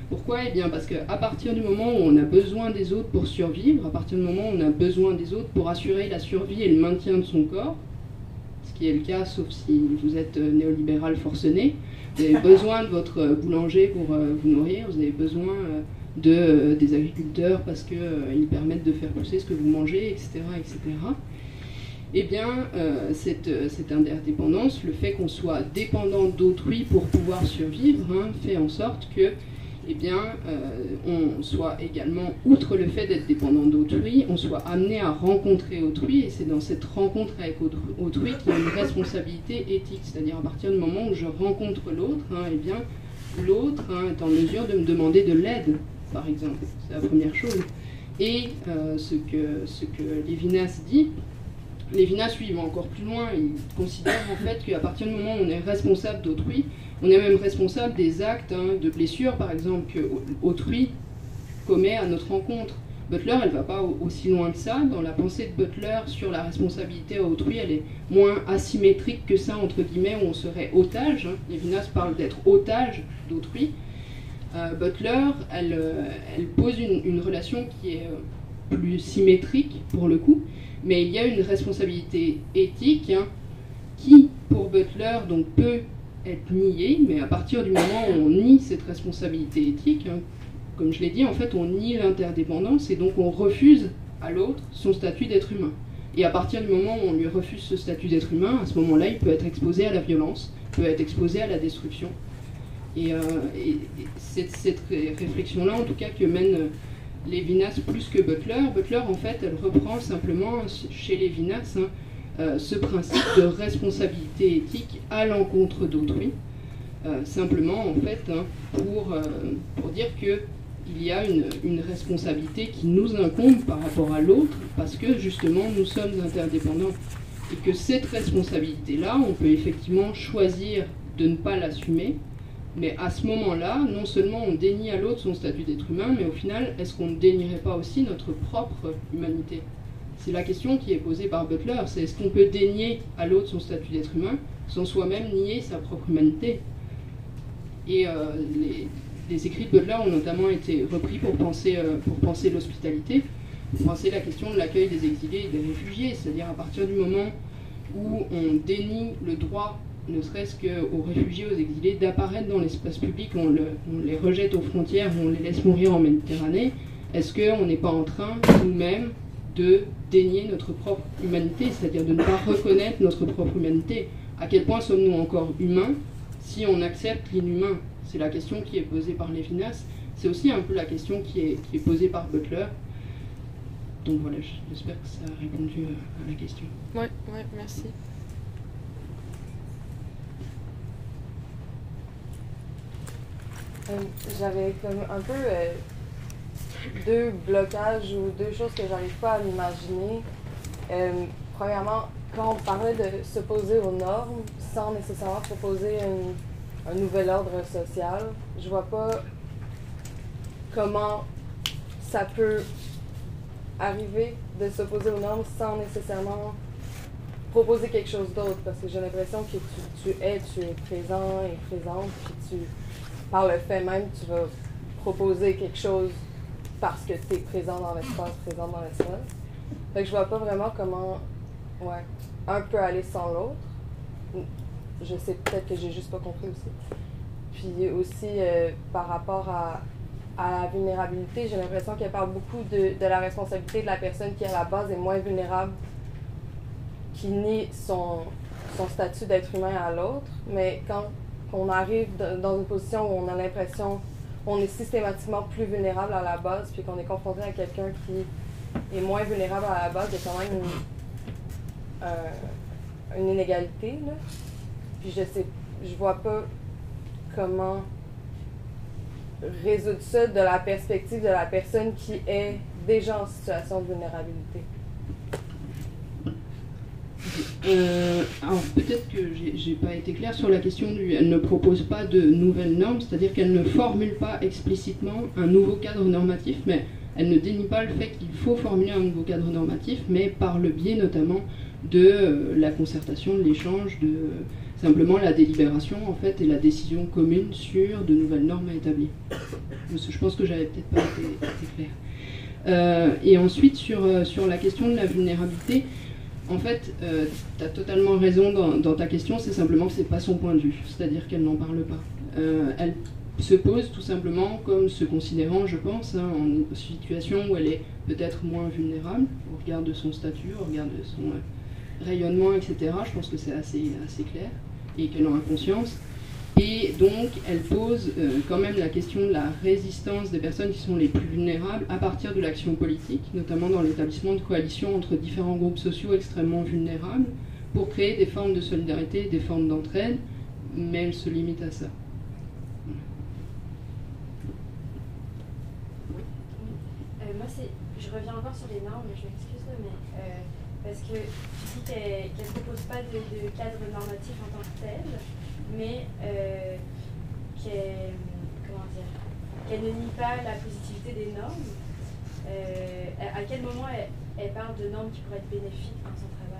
Pourquoi? Eh bien parce qu'à partir du moment où on a besoin des autres pour survivre, à partir du moment où on a besoin des autres pour assurer la survie et le maintien de son corps, ce qui est le cas sauf si vous êtes néolibéral forcené, vous avez besoin de votre boulanger pour vous nourrir, vous avez besoin des agriculteurs parce qu'ils permettent de faire pousser ce que vous mangez, etc. etc. Eh bien, cette interdépendance, le fait qu'on soit dépendant d'autrui pour pouvoir survivre, hein, fait en sorte que, eh bien, on soit également, outre le fait d'être dépendant d'autrui, on soit amené à rencontrer autrui, et c'est dans cette rencontre avec autrui qu'il y a une responsabilité éthique, c'est-à-dire à partir du moment où je rencontre l'autre, hein, eh bien, l'autre hein, est en mesure de me demander de l'aide, par exemple, c'est la première chose. Et ce que Lévinas dit, Lévinas, lui, il va encore plus loin, il considère en fait qu'à partir du moment où on est responsable d'autrui, on est même responsable des actes hein, de blessure, par exemple, que autrui commet à notre rencontre. Butler, elle ne va pas aussi loin que ça. Dans la pensée de Butler sur la responsabilité à autrui, elle est moins asymétrique que ça, entre guillemets, où on serait otage. Hein. Lévinas parle d'être otage d'autrui. Butler, elle pose une relation qui est plus symétrique, pour le coup, mais il y a une responsabilité éthique hein, qui, pour Butler, donc, peut être niée, mais à partir du moment où on nie cette responsabilité éthique, hein, comme je l'ai dit, en fait, on nie l'interdépendance et donc on refuse à l'autre son statut d'être humain. Et à partir du moment où on lui refuse ce statut d'être humain, à ce moment-là, il peut être exposé à la violence, peut être exposé à la destruction. Et cette réflexion-là, en tout cas, que mène Lévinas plus que Butler, Butler, en fait, elle reprend simplement chez Lévinas hein, ce principe de responsabilité éthique à l'encontre d'autrui, simplement, en fait, hein, pour dire qu'il y a une responsabilité qui nous incombe par rapport à l'autre, parce que, justement, nous sommes interdépendants. Et que cette responsabilité-là, on peut effectivement choisir de ne pas l'assumer, mais à ce moment-là, non seulement on dénie à l'autre son statut d'être humain, mais au final, est-ce qu'on ne dénierait pas aussi notre propre humanité? C'est la question qui est posée par Butler, c'est est-ce qu'on peut dénier à l'autre son statut d'être humain sans soi-même nier sa propre humanité? Et les écrits de Butler ont notamment été repris pour penser l'hospitalité, pour penser la question de l'accueil des exilés et des réfugiés, c'est-à-dire à partir du moment où on dénie le droit ne serait-ce qu'aux réfugiés, aux exilés, d'apparaître dans l'espace public, on les rejette aux frontières, on les laisse mourir en Méditerranée, est-ce qu'on n'est pas en train, nous-mêmes, de dénier notre propre humanité, c'est-à-dire de ne pas reconnaître notre propre humanité? À quel point sommes-nous encore humains si on accepte l'inhumain? C'est la question qui est posée par Lévinas, c'est aussi un peu la question qui est posée par Butler. Donc voilà, j'espère que ça a répondu à la question. Ouais, merci. J'avais comme un peu deux blocages ou deux choses que j'arrive pas à m'imaginer. Premièrement, quand on parlait de s'opposer aux normes sans nécessairement proposer un nouvel ordre social, je vois pas comment ça peut arriver de s'opposer aux normes sans nécessairement proposer quelque chose d'autre, parce que j'ai l'impression que tu es présent et présente, puis par le fait même, tu vas proposer quelque chose parce que tu es présent dans l'espace, présent dans l'espace. Fait que je vois pas vraiment comment un peut aller sans l'autre. Je sais peut-être que j'ai juste pas compris aussi. Puis aussi, par rapport à la vulnérabilité, j'ai l'impression qu'elle parle beaucoup de la responsabilité de la personne qui, à la base, est moins vulnérable, qui nie son statut d'être humain à l'autre, mais quand on arrive dans une position où on a l'impression qu'on est systématiquement plus vulnérable à la base, puis qu'on est confronté à quelqu'un qui est moins vulnérable à la base, il y a quand même une inégalité, là. Puis je vois pas comment résoudre ça de la perspective de la personne qui est déjà en situation de vulnérabilité. Alors peut-être que j'ai pas été claire sur la question elle ne propose pas de nouvelles normes, c'est-à-dire qu'elle ne formule pas explicitement un nouveau cadre normatif, mais elle ne dénie pas le fait qu'il faut formuler un nouveau cadre normatif, mais par le biais notamment de la concertation, de l'échange, simplement la délibération en fait et la décision commune sur de nouvelles normes à établir. Je pense que j'avais peut-être pas été claire. Et ensuite sur la question de la vulnérabilité, en fait, tu as totalement raison dans ta question, c'est simplement que c'est pas son point de vue, c'est-à-dire qu'elle n'en parle pas. Elle se pose tout simplement comme se considérant, je pense, en situation où elle est peut-être moins vulnérable au regard de son statut, au regard de son rayonnement, etc. Je pense que c'est assez clair et qu'elle en a conscience. Et donc, elle pose quand même la question de la résistance des personnes qui sont les plus vulnérables à partir de l'action politique, notamment dans l'établissement de coalitions entre différents groupes sociaux extrêmement vulnérables, pour créer des formes de solidarité, des formes d'entraide, mais elle se limite à ça. Moi, je reviens encore sur les normes, je m'excuse, mais parce que tu dis qu'elle ne propose pas de cadre normatif en tant que tel, mais qu'elle ne nie pas la positivité des normes. À quel moment elle parle de normes qui pourraient être bénéfiques dans son travail?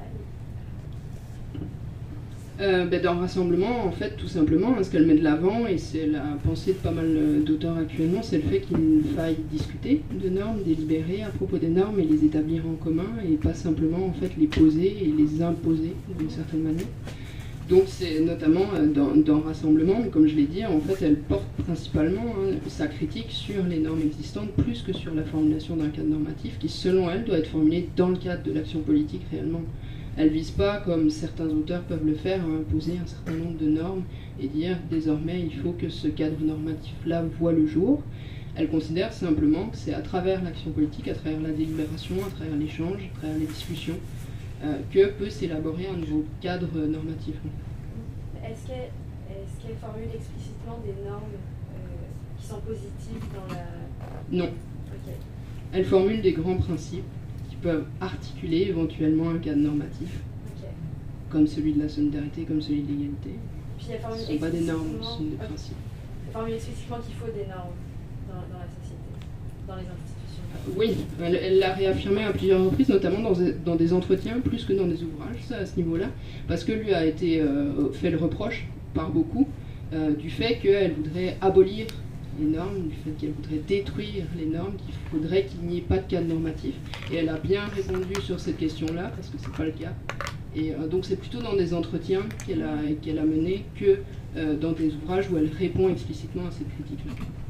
Dans le rassemblement, en fait, tout simplement, ce qu'elle met de l'avant, et c'est la pensée de pas mal d'auteurs actuellement, c'est le fait qu'il faille discuter de normes, délibérer à propos des normes et les établir en commun, et pas simplement en fait les poser et les imposer d'une certaine manière. Donc c'est notamment dans Rassemblement, mais comme je l'ai dit, en fait, elle porte principalement sa critique sur les normes existantes, plus que sur la formulation d'un cadre normatif, qui selon elle doit être formulé dans le cadre de l'action politique réellement. Elle ne vise pas, comme certains auteurs peuvent le faire, à imposer un certain nombre de normes et dire désormais il faut que ce cadre normatif-là voie le jour. Elle considère simplement que c'est à travers l'action politique, à travers la délibération, à travers l'échange, à travers les discussions, que peut s'élaborer un nouveau cadre normatif. Est-ce qu'elle formule explicitement des normes qui sont positives dans la... Non. Okay. Elle formule des grands principes qui peuvent articuler éventuellement un cadre normatif, okay, comme celui de la solidarité, comme celui de l'égalité. Puis elle formule ce ne sont pas des normes, ce sont des principes. Elle formule explicitement qu'il faut des normes dans la société, dans les institutions. Oui, elle l'a réaffirmé à plusieurs reprises, notamment dans des entretiens, plus que dans des ouvrages, ça, à ce niveau-là, parce que lui a été fait le reproche par beaucoup du fait qu'elle voudrait abolir les normes, du fait qu'elle voudrait détruire les normes, qu'il faudrait qu'il n'y ait pas de cadre normatif. Et elle a bien répondu sur cette question-là, parce que c'est pas le cas. Et donc c'est plutôt dans des entretiens qu'elle a menés que dans des ouvrages où elle répond explicitement à cette critique-là.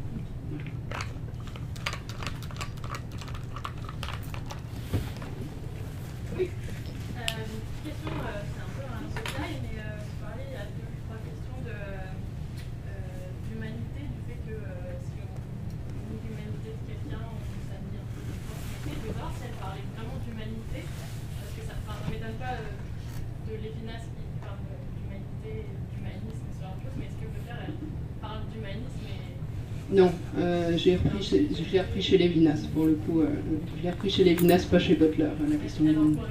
Oui. Question, c'est un peu un détail, mais vous parlez, il y a 2-3 questions d'humanité, du fait que si on nie l'humanité de quelqu'un, ça nie un peu de proximité. Je veux voir si elle parlait vraiment d'humanité, parce que ça ne m'étonne pas de Lévinas qui parle d'humanité, d'humanisme, c'est autre chose, mais est-ce que Butler, elle parle d'humanisme et... Non, je l'ai repris chez Lévinas, pour le coup. Je l'ai repris chez Lévinas, pas chez Butler, la question de l'humanité.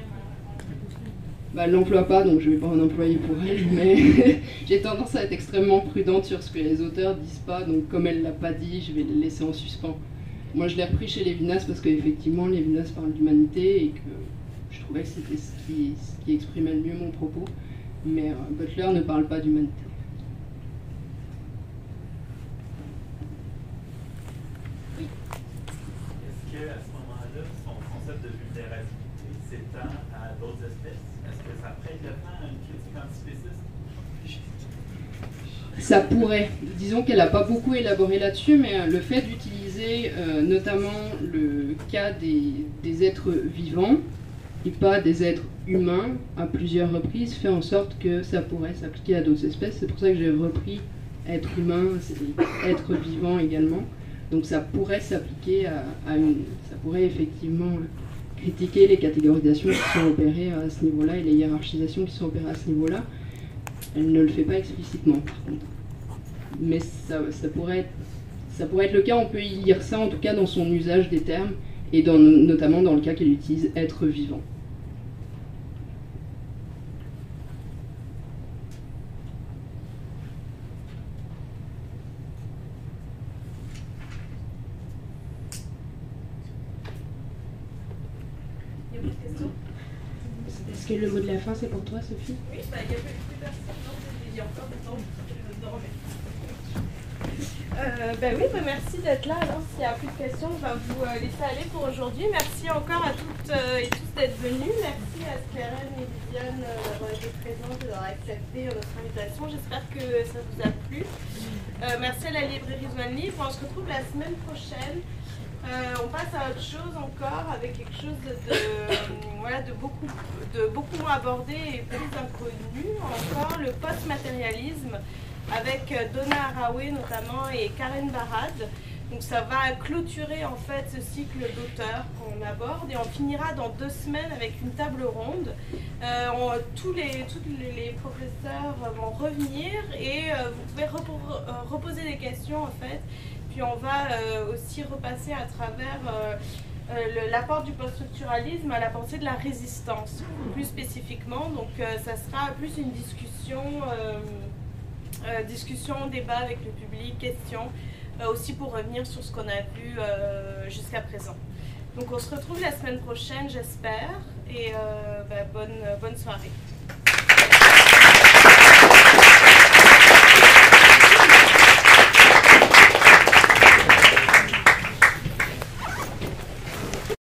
Elle l'emploie pas, donc je ne vais pas en employer pour elle, mais j'ai tendance à être extrêmement prudente sur ce que les auteurs disent pas, donc comme elle l'a pas dit, je vais le laisser en suspens. Moi je l'ai repris chez Lévinas parce qu'effectivement Lévinas parle d'humanité et que je trouvais que c'était ce qui exprimait le mieux mon propos, mais Butler ne parle pas d'humanité. Est-ce que à ce moment-là, son concept de vulnérabilité s'étend à d'autres espèces? Est-ce que ça prête le temps à une critique antispéciste? Ça pourrait. Disons qu'elle n'a pas beaucoup élaboré là-dessus, mais le fait d'utiliser notamment le cas des êtres vivants et pas des êtres humains à plusieurs reprises fait en sorte que ça pourrait s'appliquer à d'autres espèces. C'est pour ça que j'ai repris être humain, être vivant également. Donc ça pourrait s'appliquer ça pourrait effectivement critiquer les catégorisations qui sont opérées à ce niveau-là et les hiérarchisations qui sont opérées à ce niveau-là. Elle ne le fait pas explicitement, par contre. Mais ça pourrait être le cas, on peut y lire ça, en tout cas dans son usage des termes, et notamment dans le cas qu'elle utilise « être vivant ». Est-ce que le mot de la fin, c'est pour toi, Sophie? Oui, il y a plus personne. il y a encore du temps, je dormais. Oui, merci d'être là. Alors, s'il n'y a plus de questions, on va vous laisser aller pour aujourd'hui. Merci encore à toutes et tous d'être venus. Merci à Claren et Viviane d'avoir été présentes et d'avoir accepté notre invitation. J'espère que ça vous a plu. Merci à la librairie Zone Libre. On se retrouve la semaine prochaine. On passe à autre chose encore avec quelque chose de beaucoup moins abordé et plus inconnu encore, le post-matérialisme avec Donna Haraway notamment et Karen Barad. Donc ça va clôturer en fait ce cycle d'auteurs qu'on aborde et on finira dans 2 semaines avec une table ronde. Tous les professeurs vont revenir et vous pouvez reposer des questions en fait. Puis on va aussi repasser à travers l'apport du post-structuralisme à la pensée de la résistance, plus spécifiquement. Donc ça sera plus une discussion, débat avec le public, questions, aussi pour revenir sur ce qu'on a vu jusqu'à présent. Donc on se retrouve la semaine prochaine, j'espère, et bonne soirée.